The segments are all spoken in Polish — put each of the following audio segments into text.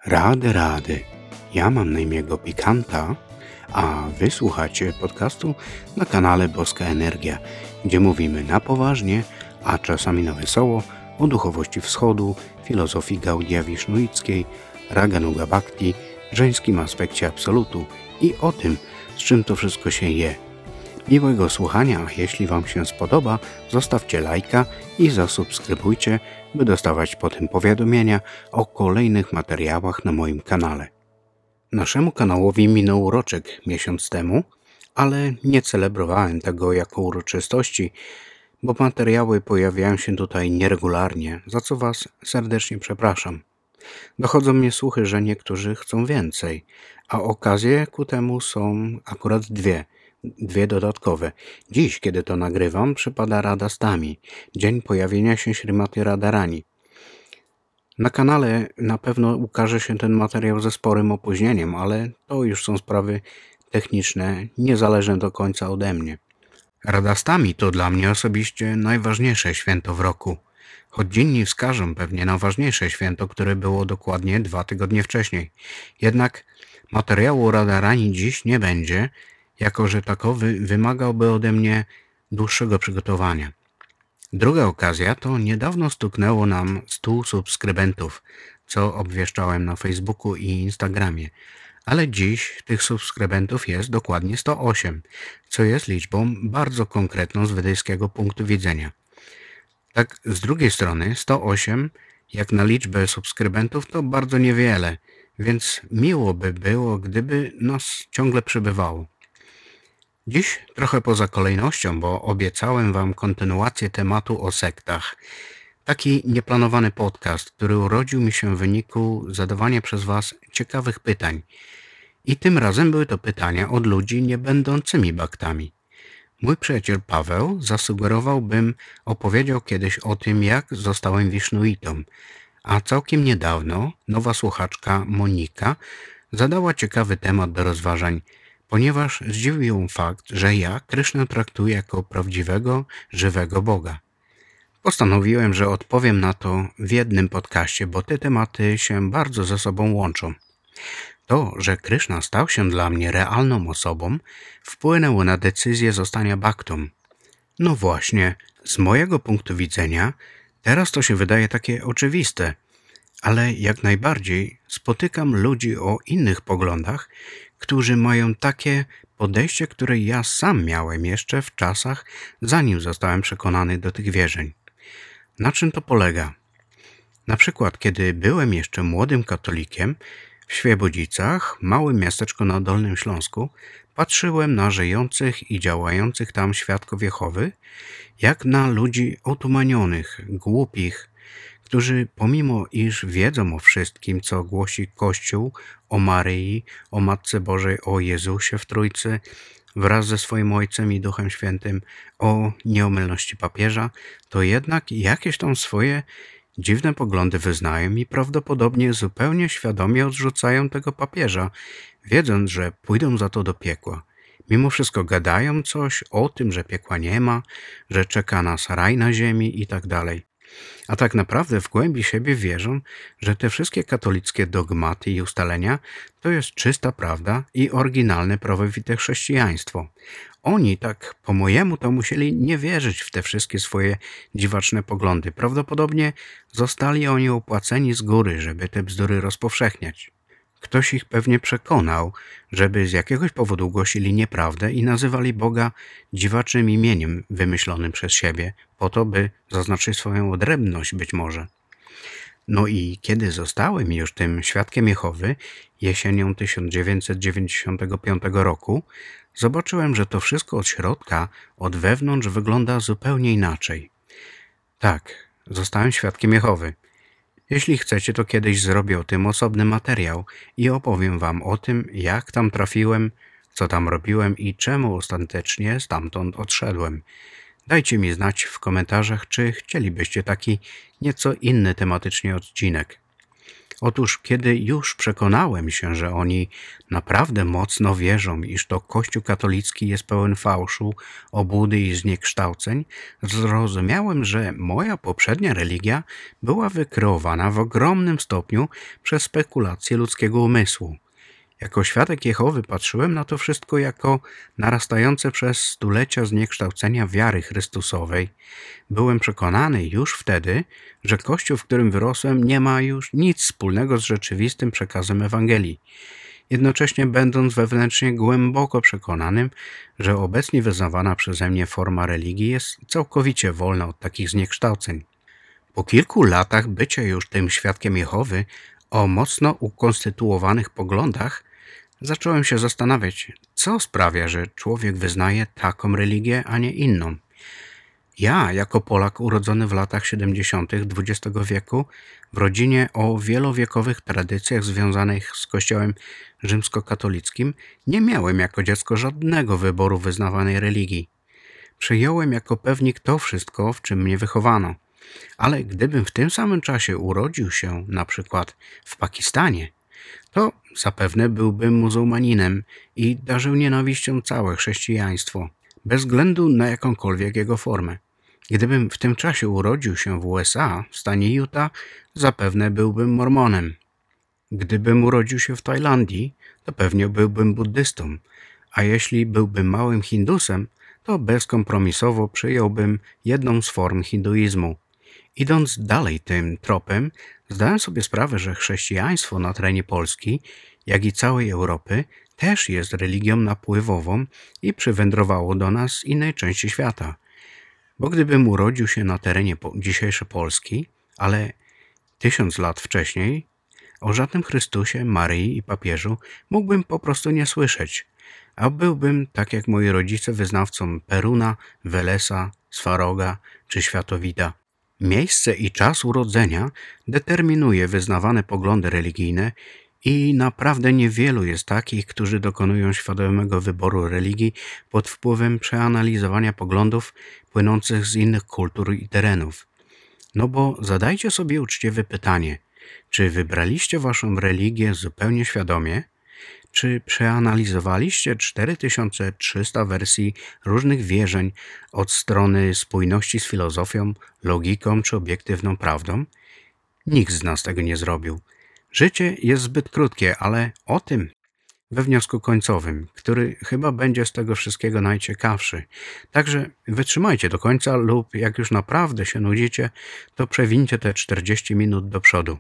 Rady. Ja mam na imię Pikanta, a wysłuchacie podcastu na kanale Boska Energia, gdzie mówimy na poważnie, a czasami na wesoło o duchowości wschodu, filozofii Gaudia Wisznuickiej, Raganuga Bhakti, żeńskim aspekcie absolutu i o tym, z czym to wszystko się je. Miłego słuchania, a jeśli Wam się spodoba, zostawcie lajka i zasubskrybujcie, by dostawać potem powiadomienia o kolejnych materiałach na moim kanale. Naszemu kanałowi minął roczek miesiąc temu, ale nie celebrowałem tego jako uroczystości, bo materiały pojawiają się tutaj nieregularnie, za co Was serdecznie przepraszam. Dochodzą mnie słuchy, że niektórzy chcą więcej, a okazje ku temu są akurat dwie dodatkowe. Dziś, kiedy to nagrywam, przypada Radastami, dzień pojawienia się Śrimati Radharani. Na kanale na pewno ukaże się ten materiał ze sporym opóźnieniem, ale to już są sprawy techniczne, niezależne do końca ode mnie. Radastami to dla mnie osobiście najważniejsze święto w roku, choć inni wskażą pewnie na ważniejsze święto, które było dokładnie 2 tygodnie wcześniej. Jednak materiału Radharani dziś nie będzie, jako że takowy wymagałby ode mnie dłuższego przygotowania. Druga okazja to niedawno stuknęło nam 100 subskrybentów, co obwieszczałem na Facebooku i Instagramie. Ale dziś tych subskrybentów jest dokładnie 108, co jest liczbą bardzo konkretną z wedyjskiego punktu widzenia. Tak z drugiej strony 108 jak na liczbę subskrybentów to bardzo niewiele, więc miło by było, gdyby nas ciągle przybywało. Dziś trochę poza kolejnością, bo obiecałem Wam kontynuację tematu o sektach. Taki nieplanowany podcast, który urodził mi się w wyniku zadawania przez Was ciekawych pytań. I tym razem były to pytania od ludzi nie będącymi baktami. Mój przyjaciel Paweł zasugerował, bym opowiedział kiedyś o tym, jak zostałem wisznuitą, a całkiem niedawno nowa słuchaczka Monika zadała ciekawy temat do rozważań, ponieważ zdziwił ją fakt, że ja Krysznę traktuję jako prawdziwego, żywego Boga. Postanowiłem, że odpowiem na to w jednym podcaście, bo te tematy się bardzo ze sobą łączą. To, że Kryszna stał się dla mnie realną osobą, wpłynęło na decyzję zostania baktą. No właśnie, z mojego punktu widzenia, teraz to się wydaje takie oczywiste, ale jak najbardziej spotykam ludzi o innych poglądach, którzy mają takie podejście, które ja sam miałem jeszcze w czasach, zanim zostałem przekonany do tych wierzeń. Na czym to polega? Na przykład, kiedy byłem jeszcze młodym katolikiem, w Świebodzicach, małym miasteczku na Dolnym Śląsku, patrzyłem na żyjących i działających tam świadków Jehowy, jak na ludzi otumanionych, głupich, którzy pomimo iż wiedzą o wszystkim, co głosi Kościół, o Maryi, o Matce Bożej, o Jezusie w Trójcy, wraz ze swoim Ojcem i Duchem Świętym, o nieomylności papieża, to jednak jakieś tam swoje dziwne poglądy wyznają i prawdopodobnie zupełnie świadomie odrzucają tego papieża, wiedząc, że pójdą za to do piekła. Mimo wszystko gadają coś o tym, że piekła nie ma, że czeka nas raj na ziemi i tak dalej. A tak naprawdę w głębi siebie wierzą, że te wszystkie katolickie dogmaty i ustalenia to jest czysta prawda i oryginalne prawowite chrześcijaństwo. Oni tak po mojemu to musieli nie wierzyć w te wszystkie swoje dziwaczne poglądy. Prawdopodobnie zostali oni opłaceni z góry, żeby te bzdury rozpowszechniać. Ktoś ich pewnie przekonał, żeby z jakiegoś powodu głosili nieprawdę i nazywali Boga dziwacznym imieniem wymyślonym przez siebie, po to, by zaznaczyć swoją odrębność być może. No i kiedy zostałem już tym świadkiem Jehowy, jesienią 1995 roku, zobaczyłem, że to wszystko od środka, od wewnątrz wygląda zupełnie inaczej. Tak, zostałem świadkiem Jehowy. Jeśli chcecie, to kiedyś zrobię o tym osobny materiał i opowiem Wam o tym, jak tam trafiłem, co tam robiłem i czemu ostatecznie stamtąd odszedłem. Dajcie mi znać w komentarzach, czy chcielibyście taki nieco inny tematycznie odcinek. Otóż kiedy już przekonałem się, że oni naprawdę mocno wierzą, iż to Kościół katolicki jest pełen fałszu, obłudy i zniekształceń, zrozumiałem, że moja poprzednia religia była wykreowana w ogromnym stopniu przez spekulacje ludzkiego umysłu. Jako świadek Jehowy patrzyłem na to wszystko jako narastające przez stulecia zniekształcenia wiary Chrystusowej. Byłem przekonany już wtedy, że Kościół, w którym wyrosłem, nie ma już nic wspólnego z rzeczywistym przekazem Ewangelii. Jednocześnie będąc wewnętrznie głęboko przekonanym, że obecnie wyznawana przeze mnie forma religii jest całkowicie wolna od takich zniekształceń. Po kilku latach bycia już tym świadkiem Jehowy o mocno ukonstytuowanych poglądach, zacząłem się zastanawiać, co sprawia, że człowiek wyznaje taką religię, a nie inną. Ja, jako Polak urodzony w latach 70. XX wieku, w rodzinie o wielowiekowych tradycjach związanych z Kościołem rzymskokatolickim, nie miałem jako dziecko żadnego wyboru wyznawanej religii. Przyjąłem jako pewnik to wszystko, w czym mnie wychowano. Ale gdybym w tym samym czasie urodził się na przykład w Pakistanie, to zapewne byłbym muzułmaninem i darzył nienawiścią całe chrześcijaństwo, bez względu na jakąkolwiek jego formę. Gdybym w tym czasie urodził się w USA, w stanie Utah, zapewne byłbym mormonem. Gdybym urodził się w Tajlandii, to pewnie byłbym buddystą, a jeśli byłbym małym hindusem, to bezkompromisowo przyjąłbym jedną z form hinduizmu. Idąc dalej tym tropem, zdałem sobie sprawę, że chrześcijaństwo na terenie Polski, jak i całej Europy, też jest religią napływową i przywędrowało do nas z innej części świata. Bo gdybym urodził się na terenie dzisiejszej Polski, ale 1000 lat wcześniej, o żadnym Chrystusie, Maryi i papieżu mógłbym po prostu nie słyszeć, a byłbym, tak jak moi rodzice, wyznawcą Peruna, Welesa, Swaroga czy Światowida. Miejsce i czas urodzenia determinuje wyznawane poglądy religijne i naprawdę niewielu jest takich, którzy dokonują świadomego wyboru religii pod wpływem przeanalizowania poglądów płynących z innych kultur i terenów. No bo zadajcie sobie uczciwe pytanie, czy wybraliście waszą religię zupełnie świadomie? Czy przeanalizowaliście 4300 wersji różnych wierzeń od strony spójności z filozofią, logiką czy obiektywną prawdą? Nikt z nas tego nie zrobił. Życie jest zbyt krótkie, ale o tym we wniosku końcowym, który chyba będzie z tego wszystkiego najciekawszy. Także wytrzymajcie do końca lub jak już naprawdę się nudzicie, to przewincie te 40 minut do przodu.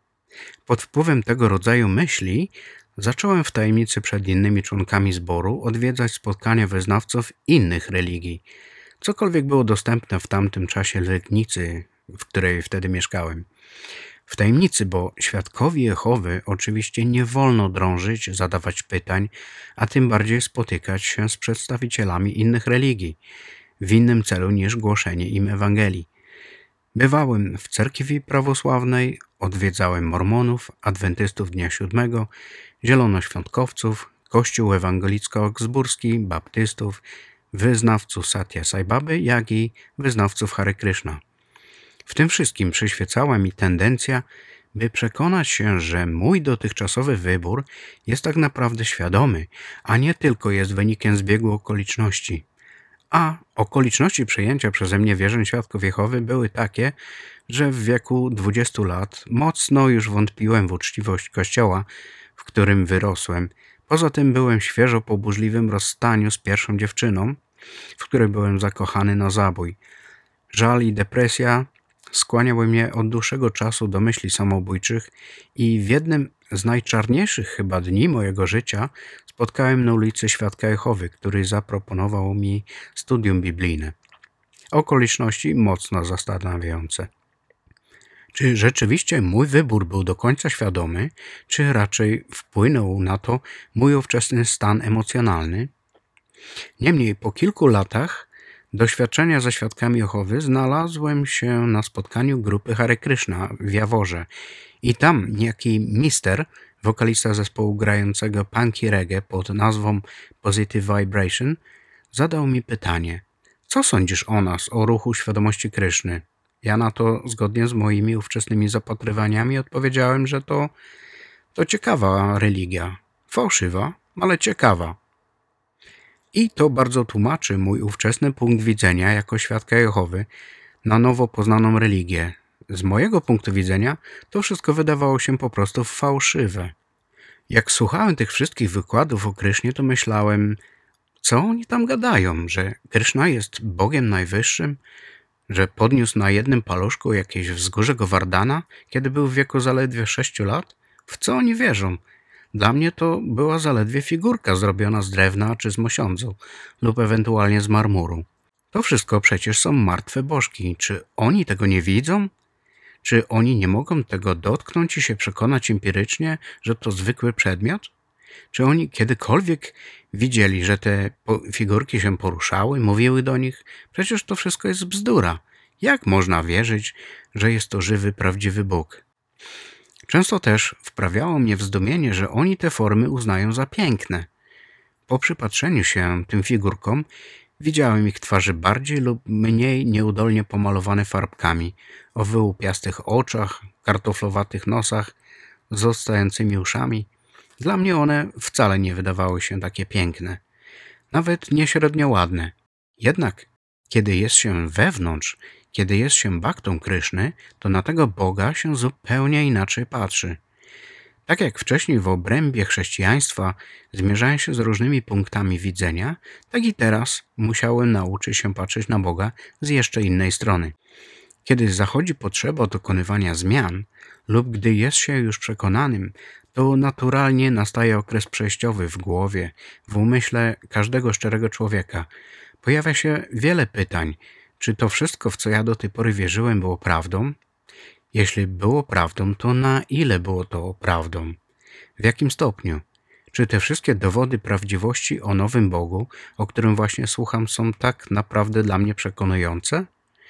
Pod wpływem tego rodzaju myśli zacząłem w tajemnicy przed innymi członkami zboru odwiedzać spotkania wyznawców innych religii. Cokolwiek było dostępne w tamtym czasie Legnicy, w której wtedy mieszkałem. W tajemnicy, bo świadkowi Jehowy oczywiście nie wolno drążyć, zadawać pytań, a tym bardziej spotykać się z przedstawicielami innych religii, w innym celu niż głoszenie im Ewangelii. Bywałem w cerkwi prawosławnej, odwiedzałem mormonów, adwentystów Dnia Siódmego, zielonoświątkowców, kościół ewangelicko-augsburski, baptystów, wyznawców Satya Sai Baby, jak i wyznawców Hare Krishna. W tym wszystkim przyświecała mi tendencja, by przekonać się, że mój dotychczasowy wybór jest tak naprawdę świadomy, a nie tylko jest wynikiem zbiegu okoliczności. A okoliczności przyjęcia przeze mnie wierzeń Świadków Jehowy były takie, że w wieku 20 lat mocno już wątpiłem w uczciwość Kościoła, w którym wyrosłem. Poza tym byłem świeżo po burzliwym rozstaniu z pierwszą dziewczyną, w której byłem zakochany na zabój. Żal i depresja skłaniały mnie od dłuższego czasu do myśli samobójczych i w jednym z najczarniejszych chyba dni mojego życia spotkałem na ulicy Świadka Jehowy, który zaproponował mi studium biblijne. Okoliczności mocno zastanawiające. Czy rzeczywiście mój wybór był do końca świadomy, czy raczej wpłynął na to mój ówczesny stan emocjonalny? Niemniej po kilku latach doświadczenia ze Świadkami Jehowy znalazłem się na spotkaniu grupy Hare Krishna w Jaworze i tam niejaki mister, wokalista zespołu grającego punky reggae pod nazwą Positive Vibration, zadał mi pytanie: co sądzisz o nas, o ruchu świadomości Kryszny? Ja na to, zgodnie z moimi ówczesnymi zapatrywaniami, odpowiedziałem, że to ciekawa religia. Fałszywa, ale ciekawa. I to bardzo tłumaczy mój ówczesny punkt widzenia jako świadka Jehowy na nowo poznaną religię. Z mojego punktu widzenia to wszystko wydawało się po prostu fałszywe. Jak słuchałem tych wszystkich wykładów o Krysznie, to myślałem, co oni tam gadają, że Kryszna jest Bogiem Najwyższym, że podniósł na jednym paluszku jakieś wzgórze Govardhana, kiedy był w wieku zaledwie 6 lat? W co oni wierzą? Dla mnie to była zaledwie figurka zrobiona z drewna czy z mosiądzu lub ewentualnie z marmuru. To wszystko przecież są martwe bożki. Czy oni tego nie widzą? Czy oni nie mogą tego dotknąć i się przekonać empirycznie, że to zwykły przedmiot? Czy oni kiedykolwiek widzieli, że te figurki się poruszały, mówiły do nich? Przecież to wszystko jest bzdura. Jak można wierzyć, że jest to żywy, prawdziwy Bóg? Często też wprawiało mnie w zdumienie, że oni te formy uznają za piękne. Po przypatrzeniu się tym figurkom widziałem ich twarze bardziej lub mniej nieudolnie pomalowane farbkami, o wyłupiastych oczach, kartoflowatych nosach, z zostającymi uszami. Dla mnie one wcale nie wydawały się takie piękne, nawet nie średnio ładne. Jednak kiedy jest się wewnątrz, kiedy jest się baktą Kryszny, to na tego Boga się zupełnie inaczej patrzy. Tak jak wcześniej w obrębie chrześcijaństwa zmierzałem się z różnymi punktami widzenia, tak i teraz musiałem nauczyć się patrzeć na Boga z jeszcze innej strony. Kiedy zachodzi potrzeba dokonywania zmian lub gdy jest się już przekonanym, to naturalnie nastaje okres przejściowy w głowie, w umyśle każdego szczerego człowieka. Pojawia się wiele pytań, czy to wszystko, w co ja do tej pory wierzyłem, było prawdą? Jeśli było prawdą, to na ile było to prawdą? W jakim stopniu? Czy te wszystkie dowody prawdziwości o nowym Bogu, o którym właśnie słucham, są tak naprawdę dla mnie przekonujące?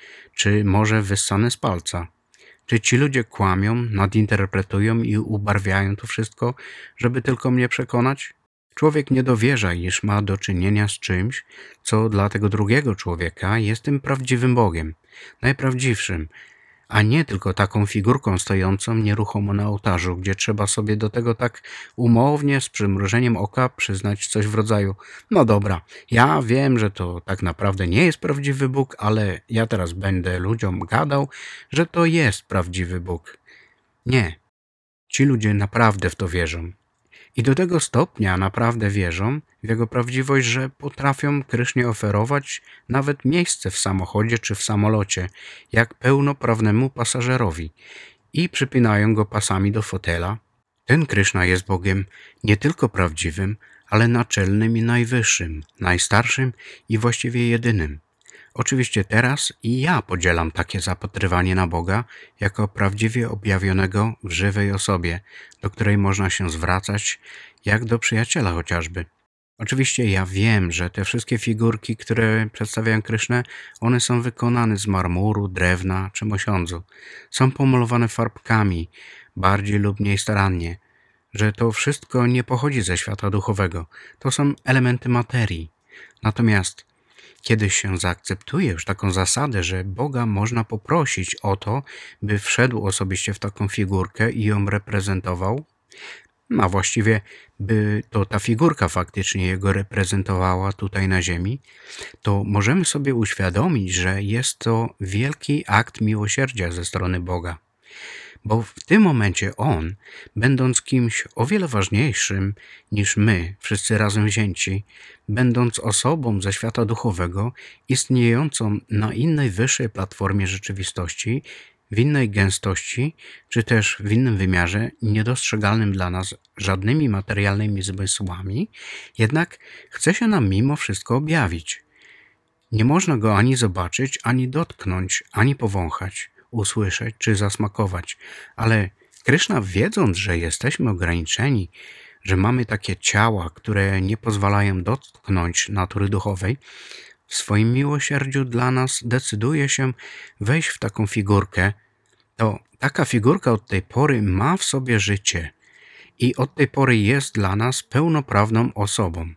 Czy może wyssane z palca? Czy ci ludzie kłamią, nadinterpretują i ubarwiają to wszystko, żeby tylko mnie przekonać? Człowiek nie dowierza, iż ma do czynienia z czymś, co dla tego drugiego człowieka jest tym prawdziwym Bogiem, najprawdziwszym, a nie tylko taką figurką stojącą nieruchomo na ołtarzu, gdzie trzeba sobie do tego tak umownie, z przymrużeniem oka przyznać coś w rodzaju: no dobra, ja wiem, że to tak naprawdę nie jest prawdziwy Bóg, ale ja teraz będę ludziom gadał, że to jest prawdziwy Bóg. Nie. Ci ludzie naprawdę w to wierzą. I do tego stopnia naprawdę wierzą w jego prawdziwość, że potrafią Krysznie oferować nawet miejsce w samochodzie czy w samolocie, jak pełnoprawnemu pasażerowi, i przypinają go pasami do fotela. Ten Kryszna jest Bogiem nie tylko prawdziwym, ale naczelnym i najwyższym, najstarszym i właściwie jedynym. Oczywiście teraz i ja podzielam takie zapatrywanie na Boga jako prawdziwie objawionego w żywej osobie, do której można się zwracać jak do przyjaciela chociażby. Oczywiście ja wiem, że te wszystkie figurki, które przedstawiają Krysznę, one są wykonane z marmuru, drewna czy mosiądzu. Są pomalowane farbkami, bardziej lub mniej starannie, że to wszystko nie pochodzi ze świata duchowego. To są elementy materii. Natomiast kiedy się zaakceptuje już taką zasadę, że Boga można poprosić o to, by wszedł osobiście w taką figurkę i ją reprezentował, a właściwie by to ta figurka faktycznie jego reprezentowała tutaj na ziemi, to możemy sobie uświadomić, że jest to wielki akt miłosierdzia ze strony Boga. Bo w tym momencie On, będąc kimś o wiele ważniejszym niż my, wszyscy razem wzięci, będąc osobą ze świata duchowego, istniejącą na innej, wyższej platformie rzeczywistości, w innej gęstości, czy też w innym wymiarze, niedostrzegalnym dla nas żadnymi materialnymi zmysłami, jednak chce się nam mimo wszystko objawić. Nie można Go ani zobaczyć, ani dotknąć, ani powąchać, usłyszeć czy zasmakować, ale Kryszna, wiedząc, że jesteśmy ograniczeni, że mamy takie ciała, które nie pozwalają dotknąć natury duchowej, w swoim miłosierdziu dla nas decyduje się wejść w taką figurkę, to taka figurka od tej pory ma w sobie życie i od tej pory jest dla nas pełnoprawną osobą.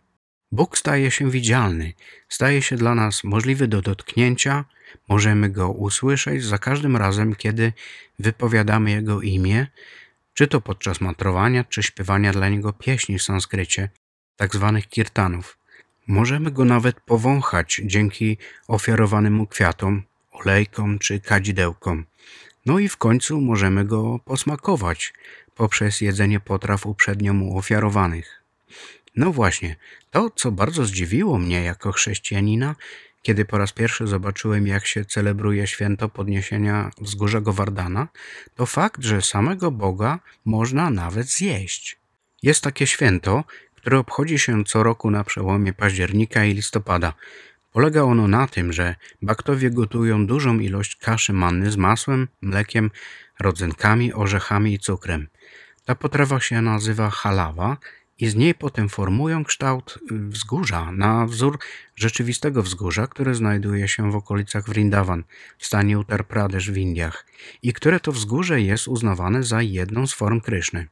Bóg staje się widzialny, staje się dla nas możliwy do dotknięcia, możemy Go usłyszeć za każdym razem, kiedy wypowiadamy Jego imię, czy to podczas mantrowania, czy śpiewania dla Niego pieśni w sanskrycie, tak zwanych kirtanów. Możemy Go nawet powąchać dzięki ofiarowanym Mu kwiatom, olejkom czy kadzidełkom. No i w końcu możemy Go posmakować poprzez jedzenie potraw uprzednio Mu ofiarowanych. No właśnie, to co bardzo zdziwiło mnie jako chrześcijanina, kiedy po raz pierwszy zobaczyłem, jak się celebruje święto podniesienia wzgórza Gowardhana, to fakt, że samego Boga można nawet zjeść. Jest takie święto, które obchodzi się co roku na przełomie października i listopada. Polega ono na tym, że baktowie gotują dużą ilość kaszy manny z masłem, mlekiem, rodzynkami, orzechami i cukrem. Ta potrawa się nazywa halawa i z niej potem formują kształt wzgórza na wzór rzeczywistego wzgórza, które znajduje się w okolicach Vrindavan w stanie Uttar Pradesh w Indiach i które to wzgórze jest uznawane za jedną z form Kryszny.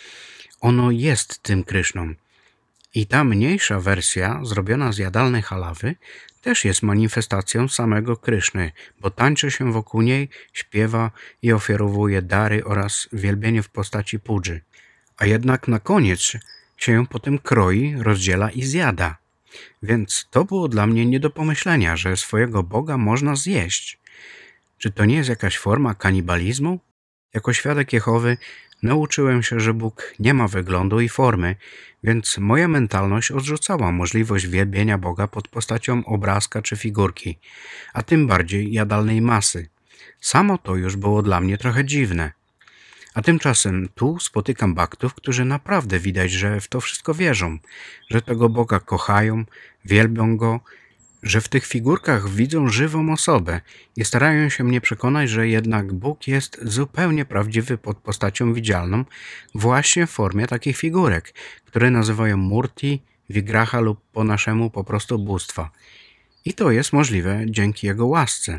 Ono jest tym Kryszną. I ta mniejsza wersja, zrobiona z jadalnej halawy, też jest manifestacją samego Kryszny, bo tańczy się wokół niej, śpiewa i ofiarowuje dary oraz wielbienie w postaci pudży. A jednak na koniec się ją potem kroi, rozdziela i zjada. Więc to było dla mnie nie do pomyślenia, że swojego Boga można zjeść. Czy to nie jest jakaś forma kanibalizmu? Jako świadek Jehowy nauczyłem się, że Bóg nie ma wyglądu i formy, więc moja mentalność odrzucała możliwość wielbienia Boga pod postacią obrazka czy figurki, a tym bardziej jadalnej masy. Samo to już było dla mnie trochę dziwne. A tymczasem tu spotykam baktów, którzy naprawdę widać, że w to wszystko wierzą, że tego Boga kochają, wielbią Go, że w tych figurkach widzą żywą osobę i starają się mnie przekonać, że jednak Bóg jest zupełnie prawdziwy pod postacią widzialną właśnie w formie takich figurek, które nazywają murti, vigraha lub po naszemu po prostu bóstwa. I to jest możliwe dzięki Jego łasce.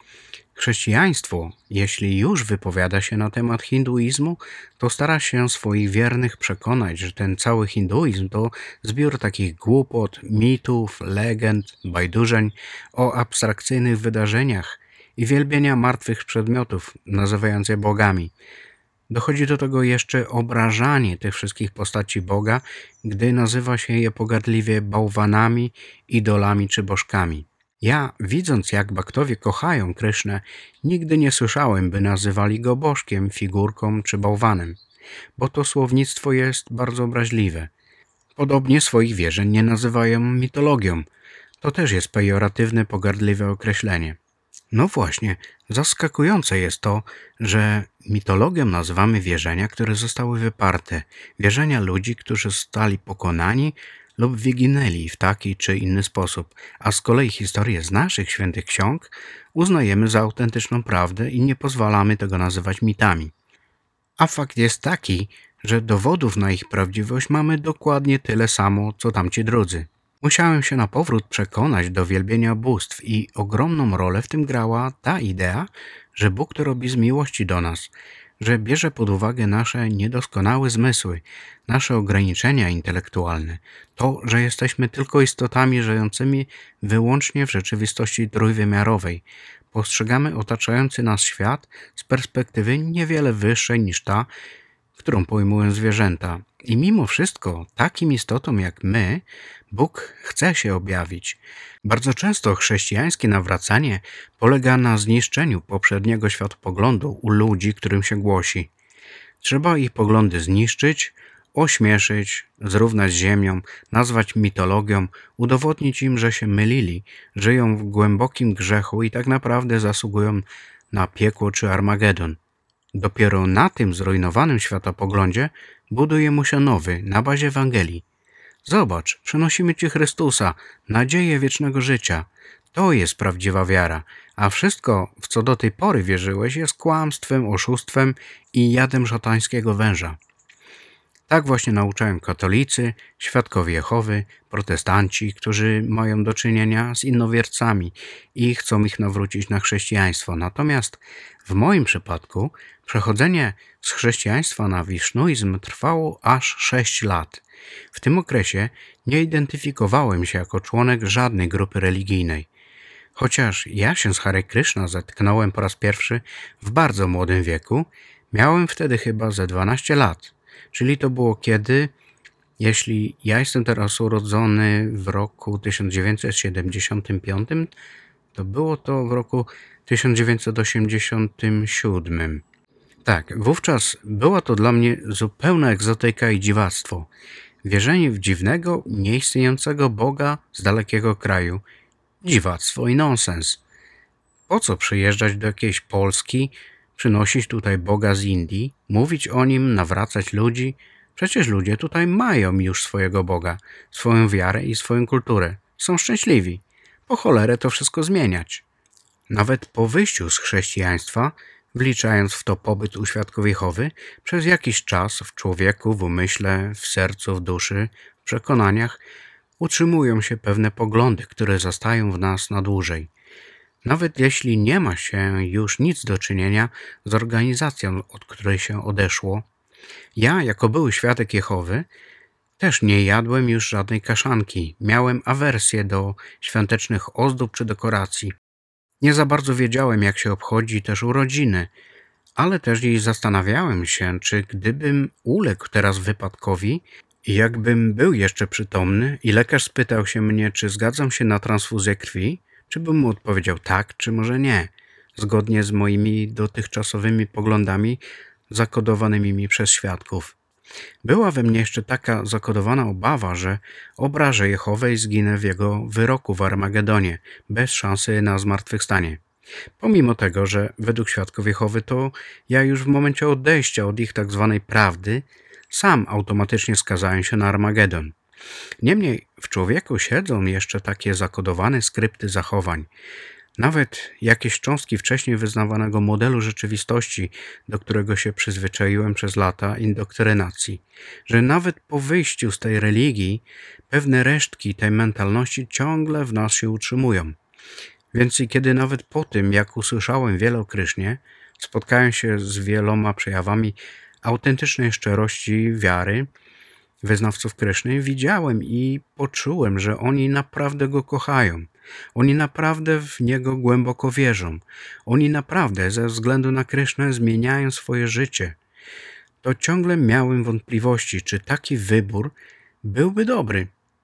Chrześcijaństwo, jeśli już wypowiada się na temat hinduizmu, to stara się swoich wiernych przekonać, że ten cały hinduizm to zbiór takich głupot, mitów, legend, bajdurzeń o abstrakcyjnych wydarzeniach i wielbienia martwych przedmiotów, nazywając je bogami. Dochodzi do tego jeszcze obrażanie tych wszystkich postaci Boga, gdy nazywa się je pogardliwie bałwanami, idolami czy bożkami. Ja, widząc jak baktowie kochają Krysznę, nigdy nie słyszałem, by nazywali go bożkiem, figurką czy bałwanem, bo to słownictwo jest bardzo obraźliwe. Podobnie swoich wierzeń nie nazywają mitologią. To też jest pejoratywne, pogardliwe określenie. No właśnie, zaskakujące jest to, że mitologią nazywamy wierzenia, które zostały wyparte, wierzenia ludzi, którzy zostali pokonani lub wyginęli w taki czy inny sposób, a z kolei historię z naszych świętych ksiąg uznajemy za autentyczną prawdę i nie pozwalamy tego nazywać mitami. A fakt jest taki, że dowodów na ich prawdziwość mamy dokładnie tyle samo, co tamci drudzy. Musiałem się na powrót przekonać do wielbienia bóstw i ogromną rolę w tym grała ta idea, że Bóg to robi z miłości do nas, że bierze pod uwagę nasze niedoskonałe zmysły, nasze ograniczenia intelektualne, to, że jesteśmy tylko istotami żyjącymi wyłącznie w rzeczywistości trójwymiarowej. Postrzegamy otaczający nas świat z perspektywy niewiele wyższej niż ta, którą pojmują zwierzęta. I mimo wszystko takim istotom jak my Bóg chce się objawić. Bardzo często chrześcijańskie nawracanie polega na zniszczeniu poprzedniego światopoglądu u ludzi, którym się głosi. Trzeba ich poglądy zniszczyć, ośmieszyć, zrównać z ziemią, nazwać mitologią, udowodnić im, że się mylili, żyją w głębokim grzechu i tak naprawdę zasługują na piekło czy Armagedon. Dopiero na tym zrujnowanym światopoglądzie buduje mu się nowy, na bazie Ewangelii. Zobacz, przynosimy Ci Chrystusa, nadzieję wiecznego życia. To jest prawdziwa wiara, a wszystko, w co do tej pory wierzyłeś, jest kłamstwem, oszustwem i jadem szatańskiego węża. Tak właśnie nauczają katolicy, świadkowie Jehowy, protestanci, którzy mają do czynienia z innowiercami i chcą ich nawrócić na chrześcijaństwo. Natomiast w moim przypadku przechodzenie z chrześcijaństwa na wisznuizm trwało aż 6 lat. W tym okresie Nie identyfikowałem się jako członek żadnej grupy religijnej. Chociaż ja się z Hare Krishna zetknąłem po raz pierwszy w bardzo młodym wieku, miałem wtedy chyba ze 12 lat, czyli to było kiedy, jeśli ja jestem teraz urodzony w roku 1975, to było to w roku 1987. Tak, wówczas była to dla mnie zupełna egzotyka i dziwactwo. Wierzenie w dziwnego, nieistniejącego Boga z dalekiego kraju. Dziwactwo i nonsens. Po co przyjeżdżać do jakiejś Polski, przynosić tutaj Boga z Indii, mówić o nim, nawracać ludzi? Przecież ludzie tutaj mają już swojego Boga, swoją wiarę i swoją kulturę. Są szczęśliwi. Po cholerę to wszystko zmieniać. Nawet po wyjściu z chrześcijaństwa, wliczając w to pobyt u świadków Jehowy, przez jakiś czas w człowieku, w umyśle, w sercu, w duszy, w przekonaniach utrzymują się pewne poglądy, które zostają w nas na dłużej. Nawet jeśli nie ma się już nic do czynienia z organizacją, od której się odeszło, ja, jako były świadek Jehowy, też nie jadłem już żadnej kaszanki. Miałem awersję do świątecznych ozdób czy dekoracji. Nie za bardzo wiedziałem, jak się obchodzi też urodziny, ale też i zastanawiałem się, czy gdybym uległ teraz wypadkowi i jakbym był jeszcze przytomny i lekarz spytał się mnie, czy zgadzam się na transfuzję krwi, czy bym mu odpowiedział tak, czy może nie, zgodnie z moimi dotychczasowymi poglądami zakodowanymi mi przez świadków. Była we mnie jeszcze taka zakodowana obawa, że obrażę Jehowę i zginę w jego wyroku w Armagedonie, bez szansy na zmartwychwstanie. Pomimo tego, że według świadków Jehowy to ja już w momencie odejścia od ich tak zwanej prawdy sam automatycznie skazałem się na Armagedon. Niemniej w człowieku siedzą jeszcze takie zakodowane skrypty zachowań, nawet jakieś cząstki wcześniej wyznawanego modelu rzeczywistości, do którego się przyzwyczaiłem przez lata indoktrynacji, że nawet po wyjściu z tej religii pewne resztki tej mentalności ciągle w nas się utrzymują. Więc i kiedy nawet po tym, jak usłyszałem wiele o Krysznie, spotkałem się z wieloma przejawami autentycznej szczerości wiary wyznawców Kryszny, widziałem i poczułem, że oni naprawdę go kochają. Oni naprawdę w niego głęboko wierzą. Oni naprawdę ze względu na Krysznę zmieniają swoje życie. To ciągle miałem wątpliwości, czy taki wybór byłby dobry.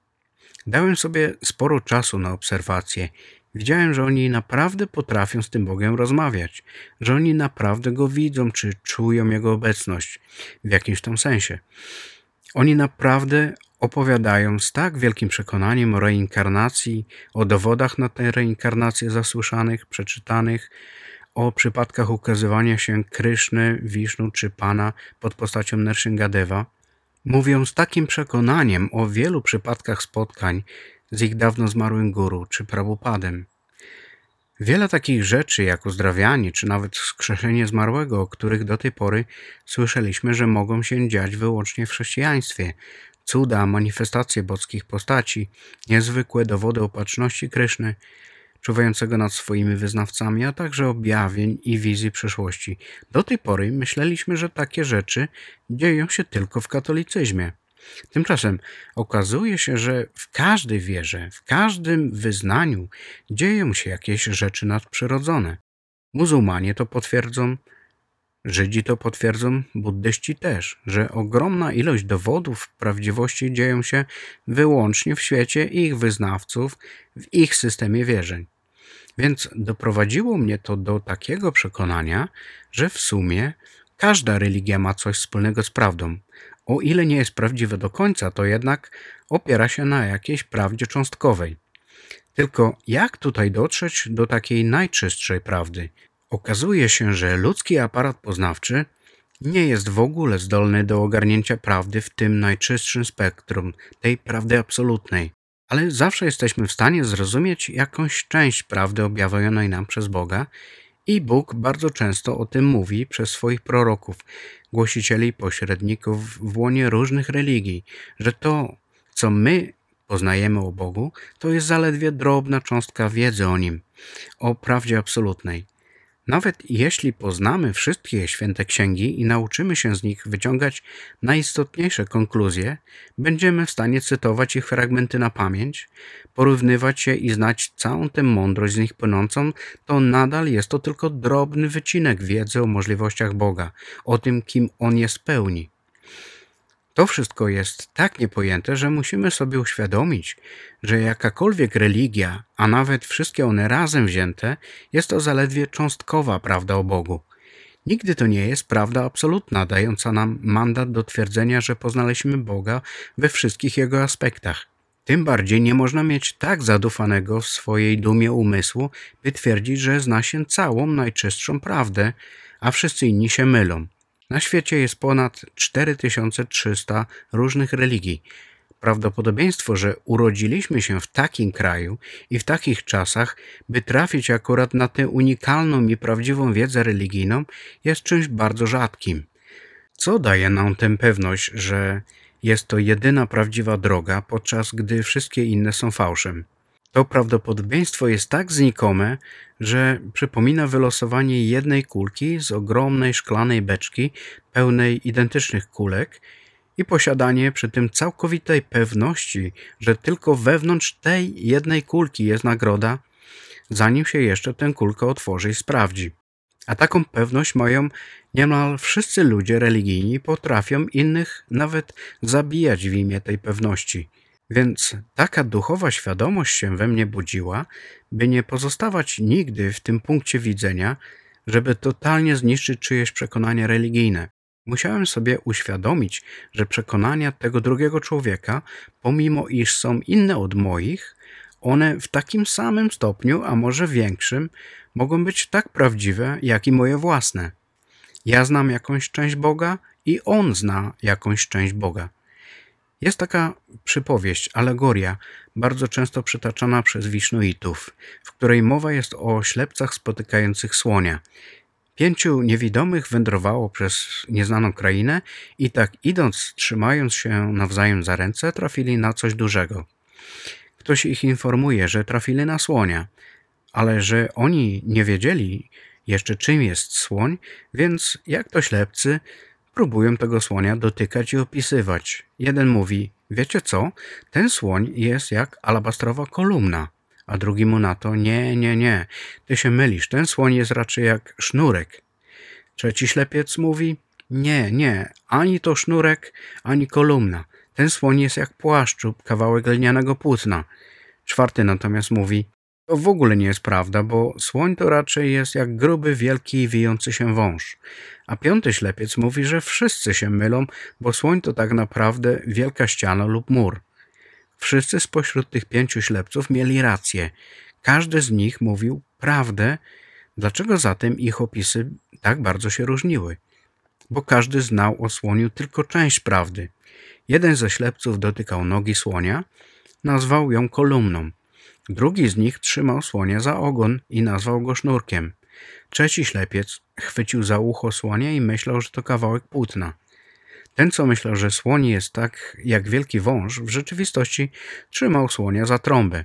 Dałem sobie sporo czasu na obserwację. Widziałem, że oni naprawdę potrafią z tym Bogiem rozmawiać, że oni naprawdę go widzą, czy czują jego obecność w jakimś tam sensie. Oni naprawdę opowiadają z tak wielkim przekonaniem o reinkarnacji, o dowodach na tę reinkarnację zasłyszanych, przeczytanych, o przypadkach ukazywania się Kryszny, Wisznu czy Pana pod postacią Nrsingadeva. Mówią z takim przekonaniem o wielu przypadkach spotkań z ich dawno zmarłym guru czy Prabhupadem. Wiele takich rzeczy jak uzdrawianie czy nawet wskrzeszenie zmarłego, o których do tej pory słyszeliśmy, że mogą się dziać wyłącznie w chrześcijaństwie. Cuda, manifestacje boskich postaci, niezwykłe dowody opatrzności Kryszny, czuwającego nad swoimi wyznawcami, a także objawień i wizji przyszłości. Do tej pory myśleliśmy, że takie rzeczy dzieją się tylko w katolicyzmie. Tymczasem okazuje się, że w każdej wierze, w każdym wyznaniu dzieją się jakieś rzeczy nadprzyrodzone. Muzułmanie to potwierdzą, Żydzi to potwierdzą, buddyści też, że ogromna ilość dowodów prawdziwości dzieją się wyłącznie w świecie ich wyznawców, w ich systemie wierzeń. Więc doprowadziło mnie to do takiego przekonania, że w sumie każda religia ma coś wspólnego z prawdą. O ile nie jest prawdziwe do końca, to jednak opiera się na jakiejś prawdzie cząstkowej. Tylko jak tutaj dotrzeć do takiej najczystszej prawdy? Okazuje się, że ludzki aparat poznawczy nie jest w ogóle zdolny do ogarnięcia prawdy w tym najczystszym spektrum, tej prawdy absolutnej. Ale zawsze jesteśmy w stanie zrozumieć jakąś część prawdy objawionej nam przez Boga i Bóg bardzo często o tym mówi przez swoich proroków, głosicieli, pośredników w łonie różnych religii, że to, co my poznajemy o Bogu, to jest zaledwie drobna cząstka wiedzy o Nim, o prawdzie absolutnej. Nawet jeśli poznamy wszystkie święte księgi i nauczymy się z nich wyciągać najistotniejsze konkluzje, będziemy w stanie cytować ich fragmenty na pamięć, porównywać je i znać całą tę mądrość z nich płynącą, to nadal jest to tylko drobny wycinek wiedzy o możliwościach Boga, o tym, kim On jest w pełni. To wszystko jest tak niepojęte, że musimy sobie uświadomić, że jakakolwiek religia, a nawet wszystkie one razem wzięte, jest to zaledwie cząstkowa prawda o Bogu. Nigdy to nie jest prawda absolutna, dająca nam mandat do twierdzenia, że poznaliśmy Boga we wszystkich Jego aspektach. Tym bardziej nie można mieć tak zadufanego w swojej dumie umysłu, by twierdzić, że zna się całą najczystszą prawdę, a wszyscy inni się mylą. Na świecie jest ponad 4300 różnych religii. Prawdopodobieństwo, że urodziliśmy się w takim kraju i w takich czasach, by trafić akurat na tę unikalną i prawdziwą wiedzę religijną, jest czymś bardzo rzadkim. Co daje nam tę pewność, że jest to jedyna prawdziwa droga, podczas gdy wszystkie inne są fałszem? To prawdopodobieństwo jest tak znikome, że przypomina wylosowanie jednej kulki z ogromnej szklanej beczki pełnej identycznych kulek i posiadanie przy tym całkowitej pewności, że tylko wewnątrz tej jednej kulki jest nagroda, zanim się jeszcze tę kulkę otworzy i sprawdzi. A taką pewność mają niemal wszyscy ludzie religijni i potrafią innych nawet zabijać w imię tej pewności. Więc taka duchowa świadomość się we mnie budziła, by nie pozostawać nigdy w tym punkcie widzenia, żeby totalnie zniszczyć czyjeś przekonania religijne. Musiałem sobie uświadomić, że przekonania tego drugiego człowieka, pomimo iż są inne od moich, one w takim samym stopniu, a może większym, mogą być tak prawdziwe, jak i moje własne. Ja znam jakąś część Boga i on zna jakąś część Boga. Jest taka przypowieść, alegoria, bardzo często przytaczana przez wisznuitów, w której mowa jest o ślepcach spotykających słonia. 5 niewidomych wędrowało przez nieznaną krainę i tak idąc, trzymając się nawzajem za ręce, trafili na coś dużego. Ktoś ich informuje, że trafili na słonia, ale że oni nie wiedzieli jeszcze, czym jest słoń, więc jak to ślepcy próbują tego słonia dotykać i opisywać. Jeden mówi: wiecie co, ten słoń jest jak alabastrowa kolumna, a drugi mu na to: nie, ty się mylisz, ten słoń jest raczej jak sznurek. Trzeci ślepiec mówi: nie, ani to sznurek, ani kolumna, ten słoń jest jak płaszcz lub kawałek lnianego płótna. Czwarty natomiast mówi: to w ogóle nie jest prawda, bo słoń to raczej jest jak gruby, wielki i wijący się wąż. A 5 ślepiec mówi, że wszyscy się mylą, bo słoń to tak naprawdę wielka ściana lub mur. Wszyscy spośród tych 5 ślepców mieli rację. Każdy z nich mówił prawdę. Dlaczego zatem ich opisy tak bardzo się różniły? Bo każdy znał o słoniu tylko część prawdy. Jeden ze ślepców dotykał nogi słonia, nazwał ją kolumną. Drugi z nich trzymał słonia za ogon i nazwał go sznurkiem. Trzeci ślepiec chwycił za ucho słonia i myślał, że to kawałek płótna. Ten, co myślał, że słoń jest tak jak wielki wąż, w rzeczywistości trzymał słonia za trąbę.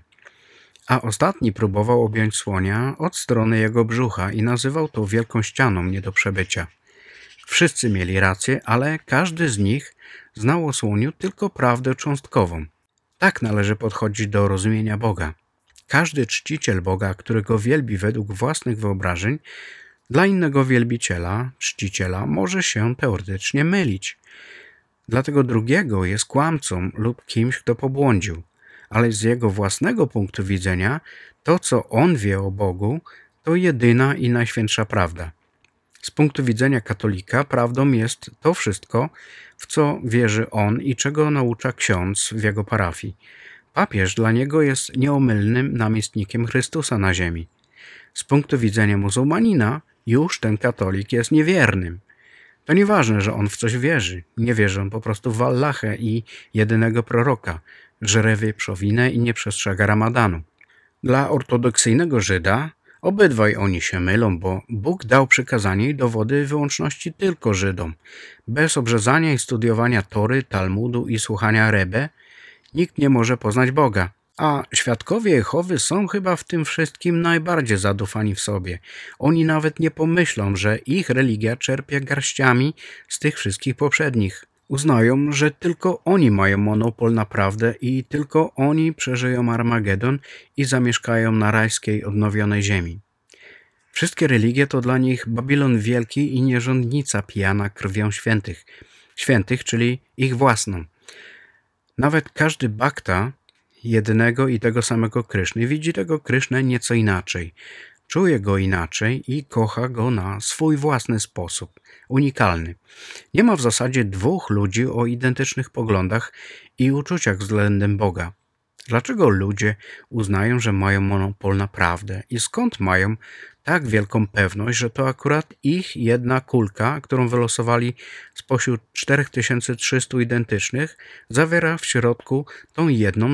A ostatni próbował objąć słonia od strony jego brzucha i nazywał to wielką ścianą nie do przebycia. Wszyscy mieli rację, ale każdy z nich znał o słoniu tylko prawdę cząstkową. Tak należy podchodzić do rozumienia Boga. Każdy czciciel Boga, który go wielbi według własnych wyobrażeń, dla innego wielbiciela, czciciela może się teoretycznie mylić. Dla tego drugiego jest kłamcą lub kimś, kto pobłądził. Ale z jego własnego punktu widzenia to, co on wie o Bogu, to jedyna i najświętsza prawda. Z punktu widzenia katolika prawdą jest to wszystko, w co wierzy on i czego naucza ksiądz w jego parafii. Papież dla niego jest nieomylnym namiestnikiem Chrystusa na ziemi. Z punktu widzenia muzułmanina już ten katolik jest niewiernym. To nieważne, że on w coś wierzy. Nie wierzy on po prostu w Allahę i jedynego proroka, żre wieprzowinę i nie przestrzega ramadanu. Dla ortodoksyjnego Żyda obydwaj oni się mylą, bo Bóg dał przykazanie i dowody wyłączności tylko Żydom. Bez obrzezania i studiowania Tory, Talmudu i słuchania Rebbe nikt nie może poznać Boga. A świadkowie Jehowy są chyba w tym wszystkim najbardziej zadufani w sobie. Oni nawet nie pomyślą, że ich religia czerpie garściami z tych wszystkich poprzednich. Uznają, że tylko oni mają monopol na prawdę i tylko oni przeżyją Armagedon i zamieszkają na rajskiej, odnowionej ziemi. Wszystkie religie to dla nich Babilon wielki i nierządnica pijana krwią świętych. Świętych, czyli ich własną. Nawet każdy bhakta jednego i tego samego Kryszny widzi tego Krysznę nieco inaczej. Czuje go inaczej i kocha go na swój własny sposób, unikalny. Nie ma w zasadzie dwóch ludzi o identycznych poglądach i uczuciach względem Boga. Dlaczego ludzie uznają, że mają monopol na prawdę i skąd mają tak wielką pewność, że to akurat ich jedna kulka, którą wylosowali spośród 4300 identycznych, zawiera w środku tą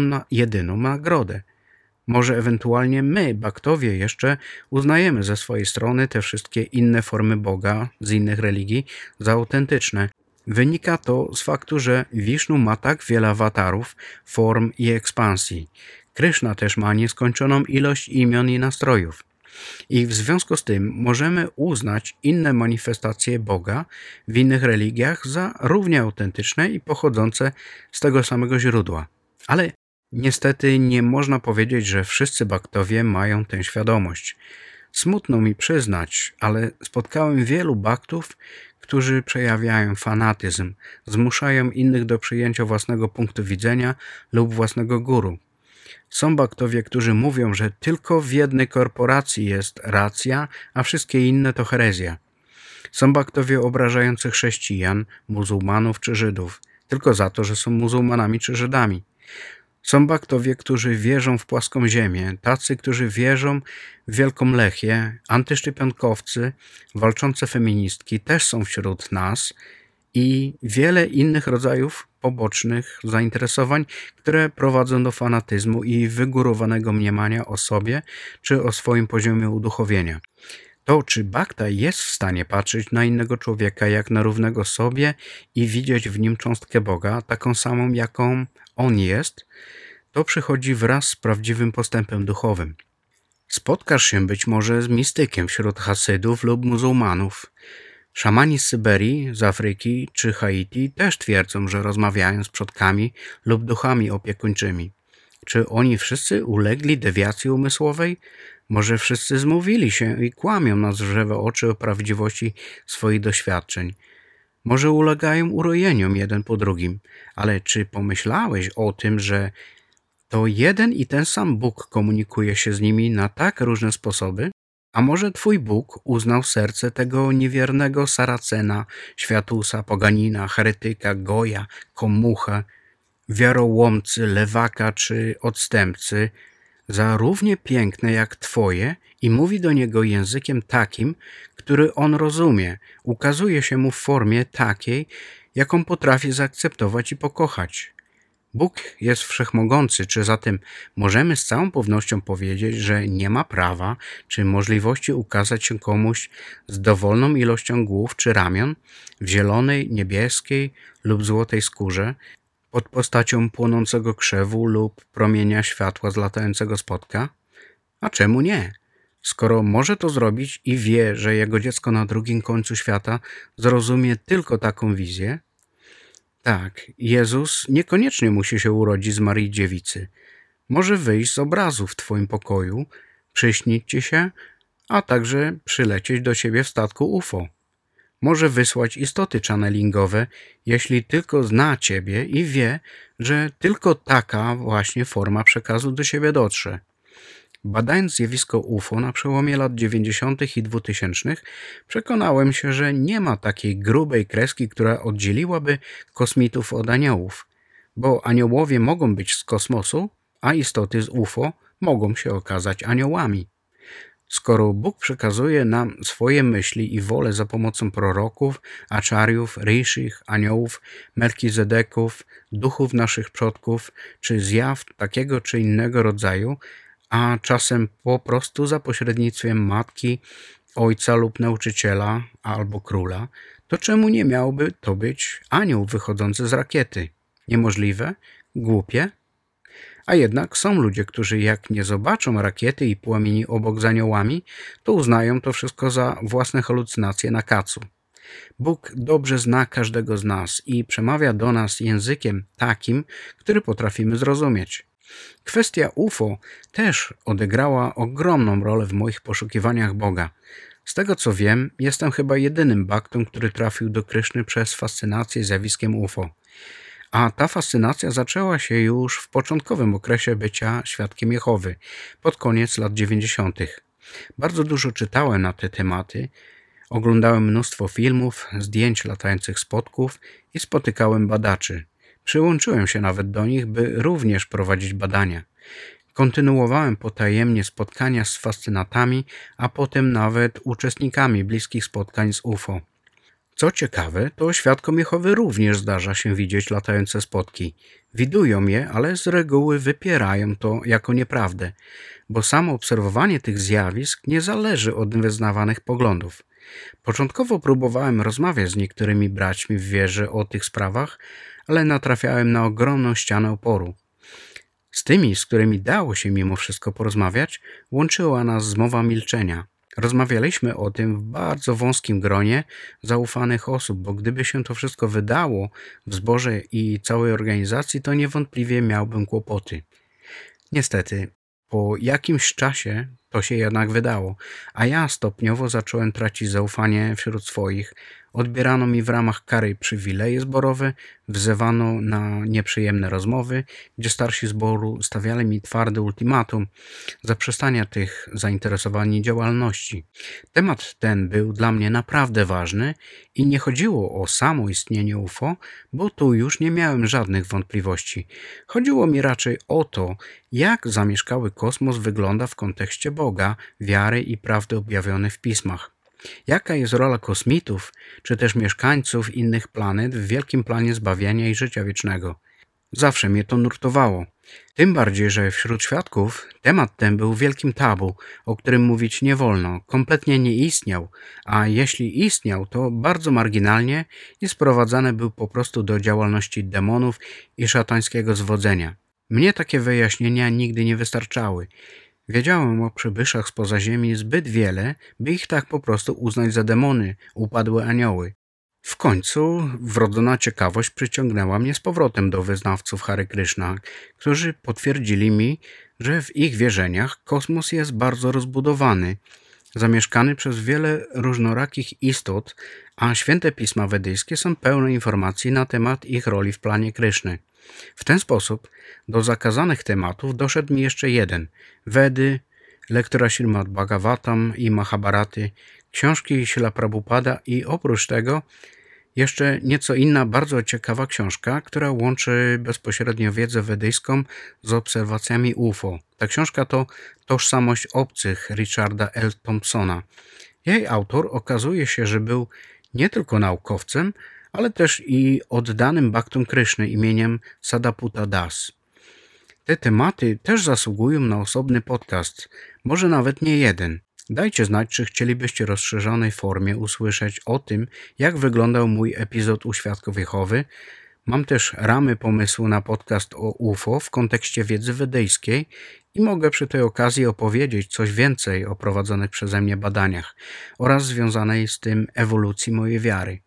jedyną nagrodę? Może ewentualnie my, bhaktowie, jeszcze uznajemy ze swojej strony te wszystkie inne formy Boga z innych religii za autentyczne. Wynika to z faktu, że Wisznu ma tak wiele awatarów, form i ekspansji. Kryszna też ma nieskończoną ilość imion i nastrojów. I w związku z tym możemy uznać inne manifestacje Boga w innych religiach za równie autentyczne i pochodzące z tego samego źródła. Ale niestety nie można powiedzieć, że wszyscy bhaktowie mają tę świadomość. Smutno mi przyznać, ale spotkałem wielu bhaktów, którzy przejawiają fanatyzm, zmuszają innych do przyjęcia własnego punktu widzenia lub własnego guru. Są bhaktowie, którzy mówią, że tylko w jednej korporacji jest racja, a wszystkie inne to herezja. Są bhaktowie obrażający chrześcijan, muzułmanów czy Żydów, tylko za to, że są muzułmanami czy Żydami. Są bhaktowie, którzy wierzą w płaską ziemię, tacy, którzy wierzą w Wielką Lechię, antyszczepionkowcy, walczące feministki też są wśród nas i wiele innych rodzajów pobocznych zainteresowań, które prowadzą do fanatyzmu i wygórowanego mniemania o sobie czy o swoim poziomie uduchowienia. To, czy bhakta jest w stanie patrzeć na innego człowieka jak na równego sobie i widzieć w nim cząstkę Boga, taką samą, jaką on jest, to przychodzi wraz z prawdziwym postępem duchowym. Spotkasz się być może z mistykiem wśród Hasydów lub muzułmanów. Szamani z Syberii, z Afryki czy Haiti też twierdzą, że rozmawiają z przodkami lub duchami opiekuńczymi. Czy oni wszyscy ulegli dewiacji umysłowej? Może wszyscy zmówili się i kłamią na zżerwe oczy o prawdziwości swoich doświadczeń. Może ulegają urojeniom jeden po drugim, ale czy pomyślałeś o tym, że to jeden i ten sam Bóg komunikuje się z nimi na tak różne sposoby? A może twój Bóg uznał serce tego niewiernego Saracena, światusa, poganina, heretyka, goja, komucha, wiarołomcy, lewaka czy odstępcy za równie piękne jak twoje i mówi do niego językiem takim, który on rozumie, ukazuje się mu w formie takiej, jaką potrafi zaakceptować i pokochać. Bóg jest wszechmogący, czy zatem możemy z całą pewnością powiedzieć, że nie ma prawa czy możliwości ukazać się komuś z dowolną ilością głów czy ramion w zielonej, niebieskiej lub złotej skórze, pod postacią płonącego krzewu lub promienia światła zlatającego spod? A czemu nie? Skoro może to zrobić i wie, że jego dziecko na drugim końcu świata zrozumie tylko taką wizję, tak, Jezus niekoniecznie musi się urodzić z Maryi Dziewicy. Może wyjść z obrazu w twoim pokoju, przyśnić ci się, a także przylecieć do ciebie w statku UFO. Może wysłać istoty channelingowe, jeśli tylko zna ciebie i wie, że tylko taka właśnie forma przekazu do ciebie dotrze. Badając zjawisko UFO na przełomie lat 90. i 2000 przekonałem się, że nie ma takiej grubej kreski, która oddzieliłaby kosmitów od aniołów, bo aniołowie mogą być z kosmosu, a istoty z UFO mogą się okazać aniołami. Skoro Bóg przekazuje nam swoje myśli i wolę za pomocą proroków, aczariów, rishich, aniołów, melkizedeków, duchów naszych przodków, czy zjaw takiego czy innego rodzaju, a czasem po prostu za pośrednictwem matki, ojca lub nauczyciela albo króla, to czemu nie miałby to być anioł wychodzący z rakiety? Niemożliwe? Głupie? A jednak są ludzie, którzy jak nie zobaczą rakiety i płomieni obok za aniołami, to uznają to wszystko za własne halucynacje na kacu. Bóg dobrze zna każdego z nas i przemawia do nas językiem takim, który potrafimy zrozumieć. Kwestia UFO też odegrała ogromną rolę w moich poszukiwaniach Boga. Z tego co wiem, jestem chyba jedynym baktą, który trafił do Kryszny przez fascynację zjawiskiem UFO. A ta fascynacja zaczęła się już w początkowym okresie bycia świadkiem Jehowy, pod koniec lat 90. Bardzo dużo czytałem na te tematy, oglądałem mnóstwo filmów, zdjęć latających spotków i spotykałem badaczy. Przyłączyłem się nawet do nich, by również prowadzić badania. Kontynuowałem potajemnie spotkania z fascynatami, a potem nawet uczestnikami bliskich spotkań z UFO. Co ciekawe, to świadkom Jehowy również zdarza się widzieć latające spotki. Widują je, ale z reguły wypierają to jako nieprawdę, bo samo obserwowanie tych zjawisk nie zależy od wyznawanych poglądów. Początkowo próbowałem rozmawiać z niektórymi braćmi w wierze o tych sprawach, ale natrafiałem na ogromną ścianę oporu. Z tymi, z którymi dało się mimo wszystko porozmawiać, łączyła nas zmowa milczenia. Rozmawialiśmy o tym w bardzo wąskim gronie zaufanych osób, bo gdyby się to wszystko wydało w zborze i całej organizacji, to niewątpliwie miałbym kłopoty. Niestety, po jakimś czasie to się jednak wydało, a ja stopniowo zacząłem tracić zaufanie wśród swoich. Odbierano mi w ramach kary przywileje zborowe, wzywano na nieprzyjemne rozmowy, gdzie starsi zboru stawiali mi twarde ultimatum zaprzestania tych zainteresowań działalności. Temat ten był dla mnie naprawdę ważny i nie chodziło o samo istnienie UFO, bo tu już nie miałem żadnych wątpliwości. Chodziło mi raczej o to, jak zamieszkały kosmos wygląda w kontekście Boga, wiary i prawdy objawione w pismach. Jaka jest rola kosmitów, czy też mieszkańców innych planet w wielkim planie zbawienia i życia wiecznego? Zawsze mnie to nurtowało. Tym bardziej, że wśród świadków temat ten był wielkim tabu, o którym mówić nie wolno, kompletnie nie istniał, a jeśli istniał, to bardzo marginalnie i sprowadzany był po prostu do działalności demonów i szatańskiego zwodzenia. Mnie takie wyjaśnienia nigdy nie wystarczały. Wiedziałem o przybyszach spoza ziemi zbyt wiele, by ich tak po prostu uznać za demony, upadłe anioły. W końcu wrodzona ciekawość przyciągnęła mnie z powrotem do wyznawców Hare Kryszna, którzy potwierdzili mi, że w ich wierzeniach kosmos jest bardzo rozbudowany, zamieszkany przez wiele różnorakich istot, a święte pisma wedyjskie są pełne informacji na temat ich roli w planie Kryszny. W ten sposób do zakazanych tematów doszedł mi jeszcze jeden: Wedy, lektura Śrimad Bhagavatam i Mahabharaty, książki Śrila Prabhupada i oprócz tego jeszcze nieco inna bardzo ciekawa książka, która łączy bezpośrednio wiedzę wedyjską z obserwacjami UFO. Ta książka to Tożsamość obcych Richarda L. Thompsona. Jej autor okazuje się, że był nie tylko naukowcem, ale też i oddanym baktom Kryszny imieniem Sadaputa Das. Te tematy też zasługują na osobny podcast, może nawet nie jeden. Dajcie znać, czy chcielibyście w rozszerzonej formie usłyszeć o tym, jak wyglądał mój epizod u Świadków Jehowy. Mam też ramy pomysłu na podcast o UFO w kontekście wiedzy wedyjskiej i mogę przy tej okazji opowiedzieć coś więcej o prowadzonych przeze mnie badaniach oraz związanej z tym ewolucji mojej wiary.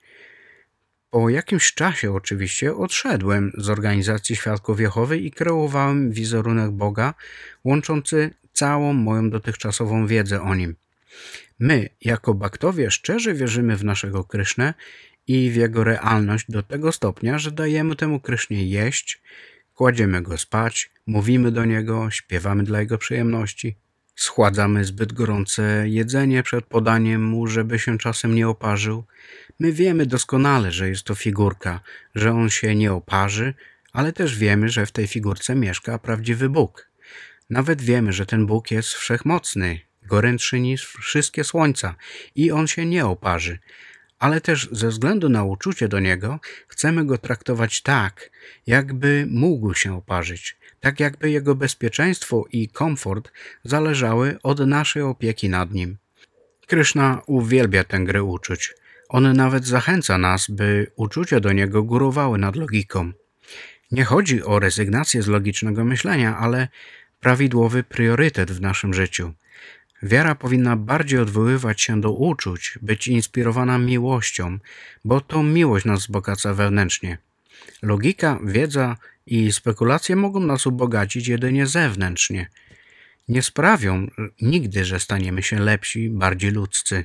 Po jakimś czasie oczywiście odszedłem z organizacji Świadków Jehowy i kreowałem wizerunek Boga łączący całą moją dotychczasową wiedzę o Nim. My, jako baktowie, szczerze wierzymy w naszego Krysznę i w Jego realność do tego stopnia, że dajemy temu Krysznie jeść, kładziemy Go spać, mówimy do Niego, śpiewamy dla Jego przyjemności. Schładzamy zbyt gorące jedzenie przed podaniem Mu, żeby się czasem nie oparzył. My wiemy doskonale, że jest to figurka, że On się nie oparzy, ale też wiemy, że w tej figurce mieszka prawdziwy Bóg. Nawet wiemy, że ten Bóg jest wszechmocny, gorętszy niż wszystkie słońca i On się nie oparzy. Ale też ze względu na uczucie do Niego chcemy Go traktować tak, jakby mógł się oparzyć, tak jakby Jego bezpieczeństwo i komfort zależały od naszej opieki nad Nim. Kryszna uwielbia tę grę uczuć. On nawet zachęca nas, by uczucia do Niego górowały nad logiką. Nie chodzi o rezygnację z logicznego myślenia, ale prawidłowy priorytet w naszym życiu. Wiara powinna bardziej odwoływać się do uczuć, być inspirowana miłością, bo to miłość nas wzbogaca wewnętrznie. Logika, wiedza i spekulacje mogą nas ubogacić jedynie zewnętrznie. Nie sprawią nigdy, że staniemy się lepsi, bardziej ludzcy.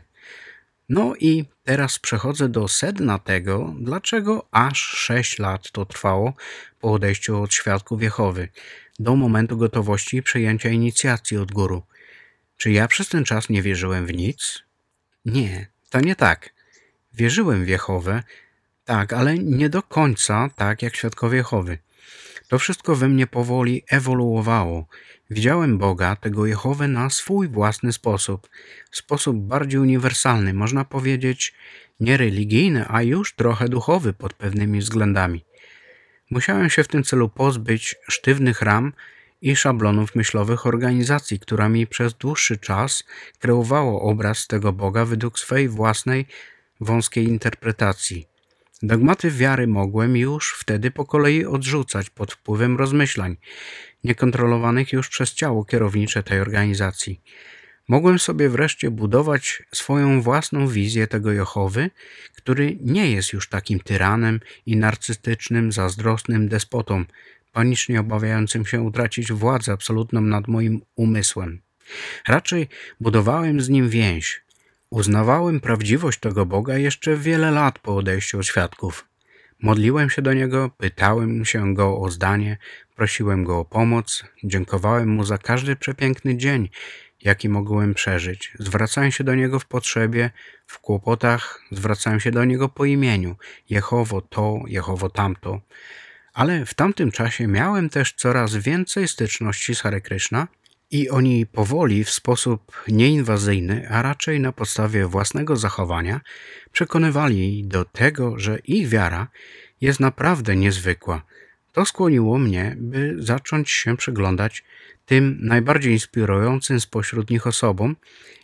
No i teraz przechodzę do sedna tego, dlaczego aż 6 lat to trwało po odejściu od świadków Jehowy, do momentu gotowości przyjęcia inicjacji od guru. Czy ja przez ten czas nie wierzyłem w nic? Nie, to nie tak. Wierzyłem w Jehowę, tak, ale nie do końca tak jak świadkowie Jehowy. To wszystko we mnie powoli ewoluowało. Widziałem Boga, tego Jehowę, na swój własny sposób. Sposób bardziej uniwersalny, można powiedzieć nie religijny, a już trochę duchowy pod pewnymi względami. Musiałem się w tym celu pozbyć sztywnych ram i szablonów myślowych organizacji, która mi przez dłuższy czas kreowało obraz tego Boga według swej własnej wąskiej interpretacji. Dogmaty wiary mogłem już wtedy po kolei odrzucać pod wpływem rozmyślań, niekontrolowanych już przez ciało kierownicze tej organizacji. Mogłem sobie wreszcie budować swoją własną wizję tego Jehowy, który nie jest już takim tyranem i narcystycznym, zazdrosnym despotą, panicznie obawiającym się utracić władzę absolutną nad moim umysłem. Raczej budowałem z nim więź. Uznawałem prawdziwość tego Boga jeszcze wiele lat po odejściu od świadków. Modliłem się do Niego, pytałem się Go o zdanie, prosiłem Go o pomoc, dziękowałem Mu za każdy przepiękny dzień, jaki mogłem przeżyć. Zwracałem się do Niego w potrzebie, w kłopotach, zwracałem się do Niego po imieniu. Jehowo to, Jehowo tamto. Ale w tamtym czasie miałem też coraz więcej styczności z Hare Krishna i oni powoli, w sposób nieinwazyjny, a raczej na podstawie własnego zachowania, przekonywali do tego, że ich wiara jest naprawdę niezwykła. To skłoniło mnie, by zacząć się przyglądać tym najbardziej inspirującym spośród nich osobom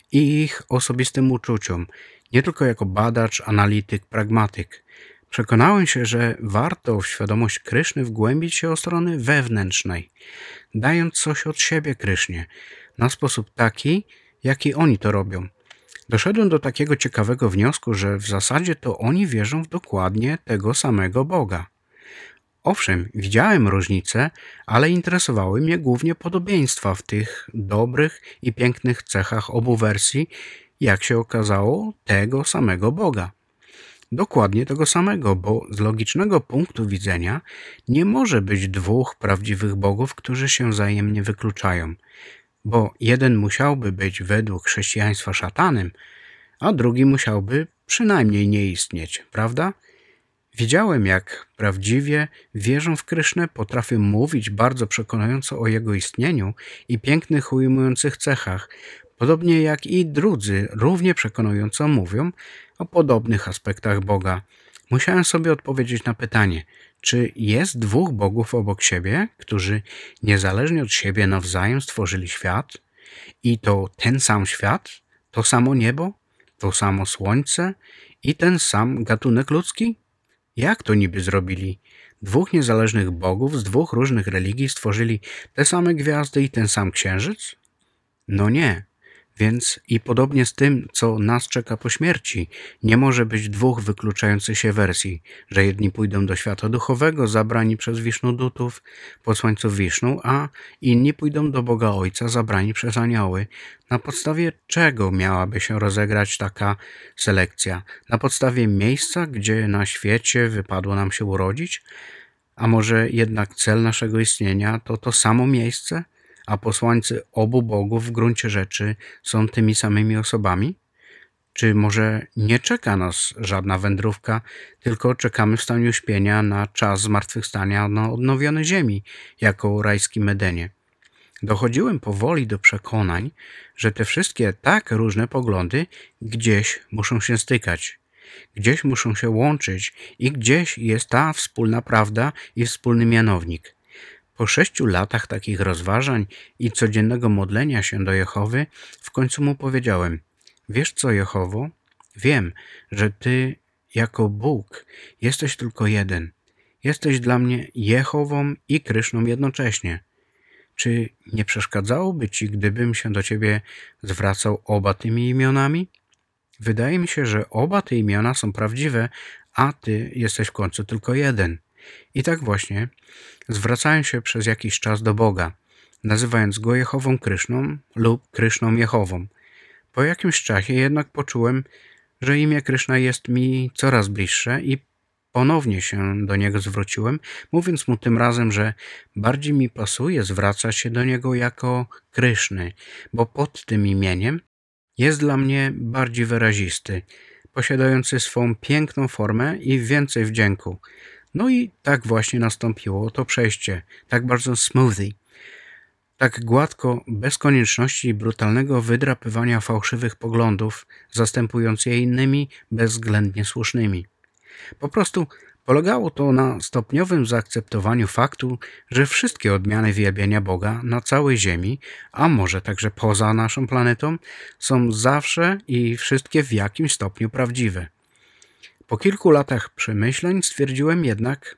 i ich osobistym uczuciom, nie tylko jako badacz, analityk, pragmatyk. Przekonałem się, że warto w świadomość Kryszny wgłębić się od strony wewnętrznej, dając coś od siebie Krysznie, na sposób taki, jaki oni to robią. Doszedłem do takiego ciekawego wniosku, że w zasadzie to oni wierzą w dokładnie tego samego Boga. Owszem, widziałem różnice, ale interesowały mnie głównie podobieństwa w tych dobrych i pięknych cechach obu wersji, jak się okazało, tego samego Boga. Dokładnie tego samego, bo z logicznego punktu widzenia nie może być dwóch prawdziwych bogów, którzy się wzajemnie wykluczają, bo jeden musiałby być według chrześcijaństwa szatanem, a drugi musiałby przynajmniej nie istnieć, prawda? Widziałem, jak prawdziwie wierzą w Krysznę, potrafią mówić bardzo przekonująco o Jego istnieniu i pięknych, ujmujących cechach, podobnie jak i drudzy równie przekonująco mówią o podobnych aspektach Boga. Musiałem sobie odpowiedzieć na pytanie, czy jest dwóch bogów obok siebie, którzy niezależnie od siebie nawzajem stworzyli świat? I to ten sam świat, to samo niebo, to samo słońce i ten sam gatunek ludzki? Jak to niby zrobili? Dwóch niezależnych bogów z dwóch różnych religii stworzyli te same gwiazdy i ten sam księżyc? No nie. Więc i podobnie z tym, co nas czeka po śmierci, nie może być dwóch wykluczających się wersji, że jedni pójdą do świata duchowego, zabrani przez Wisznudutów, posłańców Wisznu, a inni pójdą do Boga Ojca, zabrani przez anioły. Na podstawie czego miałaby się rozegrać taka selekcja? Na podstawie miejsca, gdzie na świecie wypadło nam się urodzić? A może jednak cel naszego istnienia to to samo miejsce? A posłańcy obu bogów w gruncie rzeczy są tymi samymi osobami? Czy może nie czeka nas żadna wędrówka, tylko czekamy w stanie uśpienia na czas zmartwychwstania na odnowionej ziemi, jako rajskim Edenie? Dochodziłem powoli do przekonań, że te wszystkie tak różne poglądy gdzieś muszą się stykać, gdzieś muszą się łączyć i gdzieś jest ta wspólna prawda i wspólny mianownik. Po 6 latach takich rozważań i codziennego modlenia się do Jehowy, w końcu mu powiedziałem: wiesz co, Jehowo? Wiem, że Ty jako Bóg jesteś tylko jeden. Jesteś dla mnie Jehową i Kryszną jednocześnie. Czy nie przeszkadzałoby Ci, gdybym się do Ciebie zwracał oba tymi imionami? Wydaje mi się, że oba te imiona są prawdziwe, a Ty jesteś w końcu tylko jeden. I tak właśnie zwracałem się przez jakiś czas do Boga, nazywając Go Jehową Kryszną lub Kryszną Jehową. Po jakimś czasie jednak poczułem, że imię Kryszna jest mi coraz bliższe i ponownie się do niego zwróciłem, mówiąc mu tym razem, że bardziej mi pasuje zwracać się do niego jako Kryszny, bo pod tym imieniem jest dla mnie bardziej wyrazisty, posiadający swą piękną formę i więcej wdzięku. No i tak właśnie nastąpiło to przejście, tak bardzo smoothie, tak gładko, bez konieczności brutalnego wydrapywania fałszywych poglądów, zastępując je innymi bezwzględnie słusznymi. Po prostu polegało to na stopniowym zaakceptowaniu faktu, że wszystkie odmiany wielbienia Boga na całej Ziemi, a może także poza naszą planetą, są zawsze i wszystkie w jakimś stopniu prawdziwe. Po kilku latach przemyśleń stwierdziłem jednak,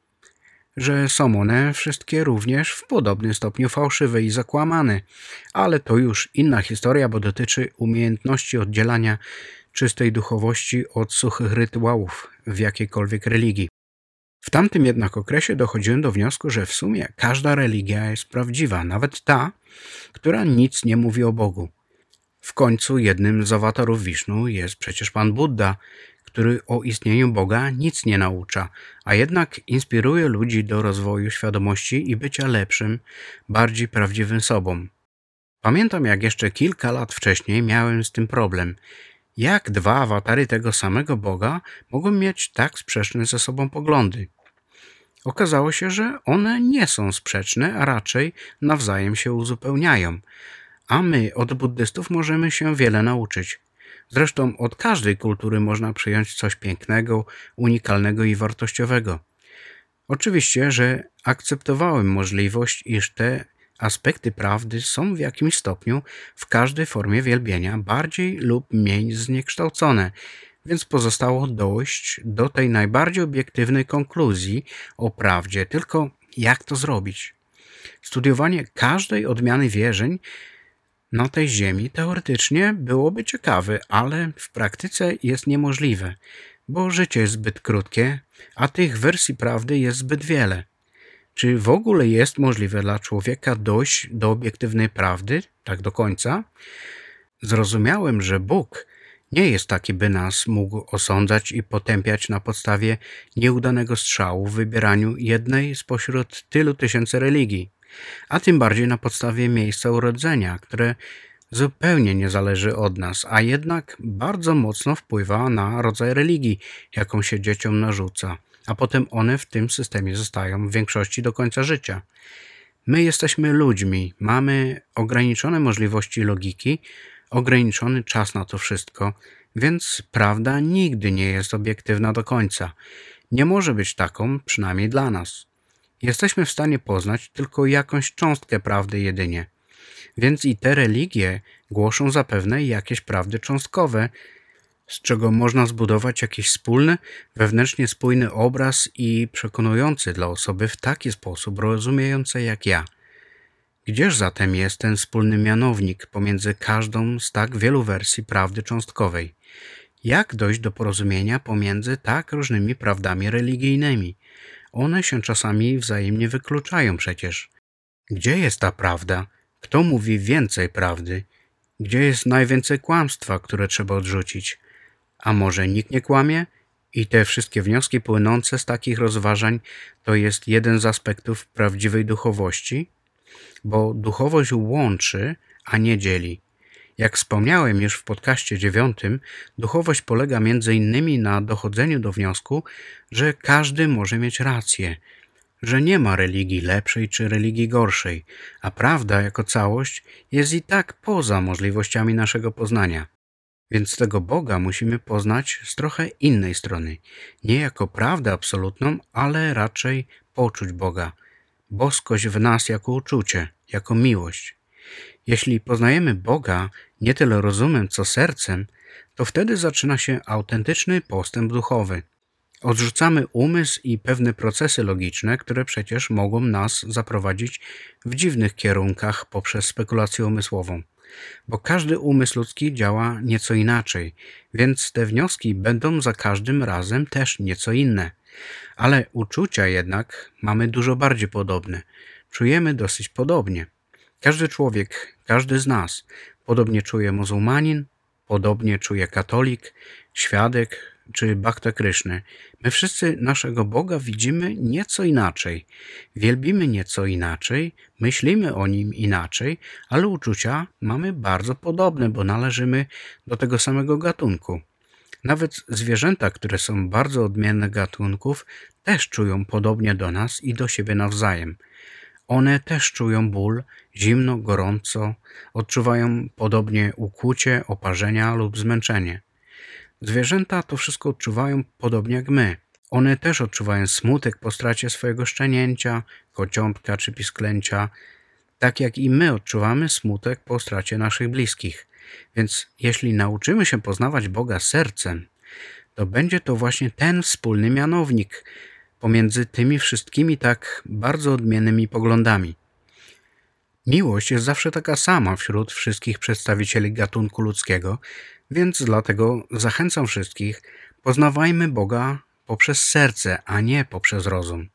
że są one wszystkie również w podobnym stopniu fałszywe i zakłamane, ale to już inna historia, bo dotyczy umiejętności oddzielania czystej duchowości od suchych rytuałów w jakiejkolwiek religii. W tamtym jednak okresie dochodziłem do wniosku, że w sumie każda religia jest prawdziwa, nawet ta, która nic nie mówi o Bogu. W końcu jednym z awatarów Wisznu jest przecież Pan Budda, który o istnieniu Boga nic nie naucza, a jednak inspiruje ludzi do rozwoju świadomości i bycia lepszym, bardziej prawdziwym sobą. Pamiętam, jak jeszcze kilka lat wcześniej miałem z tym problem. Jak dwa awatary tego samego Boga mogą mieć tak sprzeczne ze sobą poglądy? Okazało się, że one nie są sprzeczne, a raczej nawzajem się uzupełniają. A my od buddystów możemy się wiele nauczyć. Zresztą od każdej kultury można przyjąć coś pięknego, unikalnego i wartościowego. Oczywiście, że akceptowałem możliwość, iż te aspekty prawdy są w jakimś stopniu w każdej formie wielbienia bardziej lub mniej zniekształcone, więc pozostało dojść do tej najbardziej obiektywnej konkluzji o prawdzie. Tylko jak to zrobić? Studiowanie każdej odmiany wierzeń na tej ziemi teoretycznie byłoby ciekawe, ale w praktyce jest niemożliwe, bo życie jest zbyt krótkie, a tych wersji prawdy jest zbyt wiele. Czy w ogóle jest możliwe dla człowieka dojść do obiektywnej prawdy, tak do końca? Zrozumiałem, że Bóg nie jest taki, by nas mógł osądzać i potępiać na podstawie nieudanego strzału w wybieraniu jednej spośród tylu tysięcy religii, a tym bardziej na podstawie miejsca urodzenia, które zupełnie nie zależy od nas, a jednak bardzo mocno wpływa na rodzaj religii, jaką się dzieciom narzuca, a potem one w tym systemie zostają w większości do końca życia. My jesteśmy ludźmi, mamy ograniczone możliwości logiki, ograniczony czas na to wszystko, więc prawda nigdy nie jest obiektywna do końca. Nie może być taką, przynajmniej dla nas. Jesteśmy w stanie poznać tylko jakąś cząstkę prawdy jedynie. Więc i te religie głoszą zapewne jakieś prawdy cząstkowe, z czego można zbudować jakiś wspólny, wewnętrznie spójny obraz i przekonujący dla osoby w taki sposób rozumiejącej jak ja. Gdzież zatem jest ten wspólny mianownik pomiędzy każdą z tak wielu wersji prawdy cząstkowej? Jak dojść do porozumienia pomiędzy tak różnymi prawdami religijnymi? One się czasami wzajemnie wykluczają przecież. Gdzie jest ta prawda? Kto mówi więcej prawdy? Gdzie jest najwięcej kłamstwa, które trzeba odrzucić? A może nikt nie kłamie? I te wszystkie wnioski płynące z takich rozważań to jest jeden z aspektów prawdziwej duchowości? Bo duchowość łączy, a nie dzieli. Jak wspomniałem już w podcaście 9, duchowość polega m.in. na dochodzeniu do wniosku, że każdy może mieć rację, że nie ma religii lepszej czy religii gorszej, a prawda jako całość jest i tak poza możliwościami naszego poznania. Więc tego Boga musimy poznać z trochę innej strony, nie jako prawdę absolutną, ale raczej poczuć Boga, boskość w nas jako uczucie, jako miłość. Jeśli poznajemy Boga nie tyle rozumem, co sercem, to wtedy zaczyna się autentyczny postęp duchowy. Odrzucamy umysł i pewne procesy logiczne, które przecież mogą nas zaprowadzić w dziwnych kierunkach poprzez spekulację umysłową. Bo każdy umysł ludzki działa nieco inaczej, więc te wnioski będą za każdym razem też nieco inne. Ale uczucia jednak mamy dużo bardziej podobne. Czujemy dosyć podobnie. Każdy człowiek, każdy z nas podobnie czuje muzułmanin, podobnie czuje katolik, świadek czy Bhakta Kryszny. My wszyscy naszego Boga widzimy nieco inaczej, wielbimy nieco inaczej, myślimy o Nim inaczej, ale uczucia mamy bardzo podobne, bo należymy do tego samego gatunku. Nawet zwierzęta, które są bardzo odmienne gatunków, też czują podobnie do nas i do siebie nawzajem. One też czują ból, zimno, gorąco, odczuwają podobnie ukłucie, oparzenia lub zmęczenie. Zwierzęta to wszystko odczuwają podobnie jak my. One też odczuwają smutek po stracie swojego szczenięcia, kociątka czy pisklęcia, tak jak i my odczuwamy smutek po stracie naszych bliskich. Więc jeśli nauczymy się poznawać Boga sercem, to będzie to właśnie ten wspólny mianownik pomiędzy tymi wszystkimi tak bardzo odmiennymi poglądami. Miłość jest zawsze taka sama wśród wszystkich przedstawicieli gatunku ludzkiego, więc dlatego zachęcam wszystkich, poznawajmy Boga poprzez serce, a nie poprzez rozum.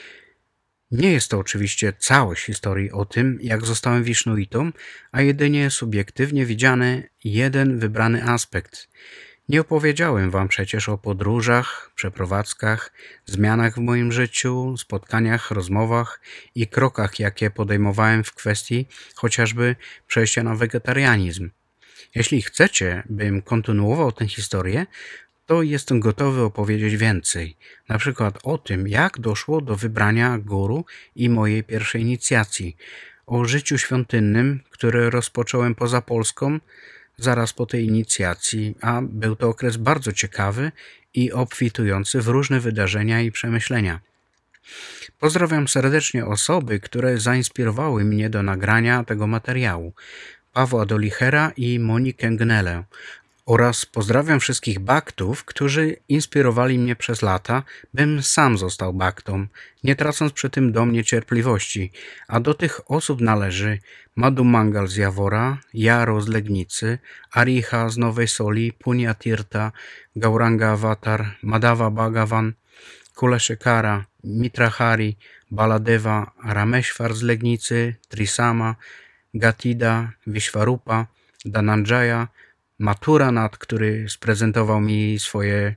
Nie jest to oczywiście całość historii o tym, jak zostałem wisznuitą, a jedynie subiektywnie widziany jeden wybrany aspekt. Nie opowiedziałem wam przecież o podróżach, przeprowadzkach, zmianach w moim życiu, spotkaniach, rozmowach i krokach, jakie podejmowałem w kwestii chociażby przejścia na wegetarianizm. Jeśli chcecie, bym kontynuował tę historię, to jestem gotowy opowiedzieć więcej. Na przykład o tym, jak doszło do wybrania guru i mojej pierwszej inicjacji, o życiu świątynnym, które rozpocząłem poza Polską zaraz po tej inicjacji, a był to okres bardzo ciekawy i obfitujący w różne wydarzenia i przemyślenia. Pozdrawiam serdecznie osoby, które zainspirowały mnie do nagrania tego materiału. Pawła Dolichera i Monikę Gnelę. Oraz pozdrawiam wszystkich baktów, którzy inspirowali mnie przez lata, bym sam został baktą, nie tracąc przy tym do mnie cierpliwości, a do tych osób należy Madhu Mangal z Jawora, Jaro z Legnicy, Ariha z Nowej Soli, Punya Tirtha, Gauranga Avatar, Madhava Bhagavan, Kuleshekara, Mitrahari, Baladeva, Rameshwar z Legnicy, Trisama, Gatida, Vishvarupa, Dhananjaya, Mathuranath, który sprezentował mi swoje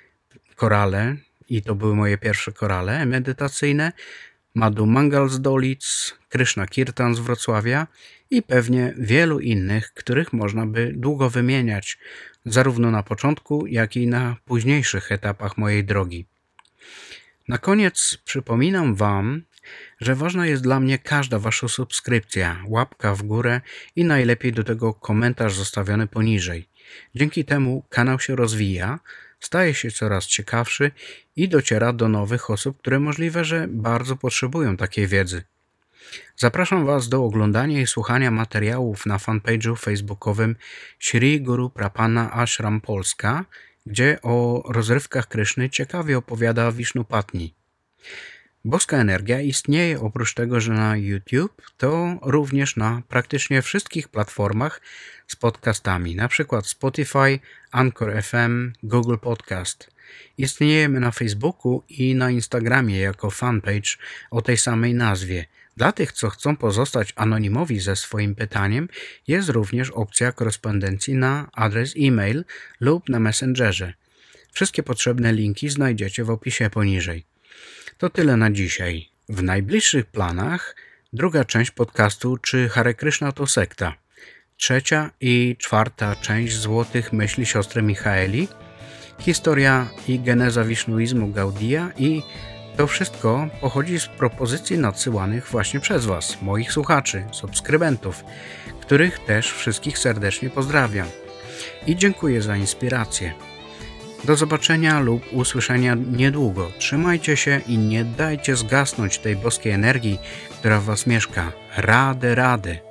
korale i to były moje pierwsze korale medytacyjne, Madhu Mangal z Dolic, Krishna Kirtan z Wrocławia i pewnie wielu innych, których można by długo wymieniać, zarówno na początku, jak i na późniejszych etapach mojej drogi. Na koniec przypominam wam, że ważna jest dla mnie każda wasza subskrypcja, łapka w górę i najlepiej do tego komentarz zostawiony poniżej. Dzięki temu kanał się rozwija, staje się coraz ciekawszy i dociera do nowych osób, które możliwe, że bardzo potrzebują takiej wiedzy. Zapraszam was do oglądania i słuchania materiałów na fanpage'u facebookowym Shri Guru Prapanna Ashram Polska, gdzie o rozrywkach Kryszny ciekawie opowiada Vishnupatni. Boska Energia istnieje oprócz tego, że na YouTube, to również na praktycznie wszystkich platformach z podcastami, np. Spotify, Anchor FM, Google Podcast. Istniejemy na Facebooku i na Instagramie jako fanpage o tej samej nazwie. Dla tych, co chcą pozostać anonimowi ze swoim pytaniem, jest również opcja korespondencji na adres e-mail lub na Messengerze. Wszystkie potrzebne linki znajdziecie w opisie poniżej. To tyle na dzisiaj. W najbliższych planach druga część podcastu Czy Hare Krishna to sekta? Trzecia i czwarta część Złotych Myśli Siostry Michaeli, historia i geneza wisznuizmu Gaudiya i to wszystko pochodzi z propozycji nadsyłanych właśnie przez was, moich słuchaczy, subskrybentów, których też wszystkich serdecznie pozdrawiam i dziękuję za inspirację. Do zobaczenia lub usłyszenia niedługo. Trzymajcie się i nie dajcie zgasnąć tej boskiej energii, która w was mieszka. Rady.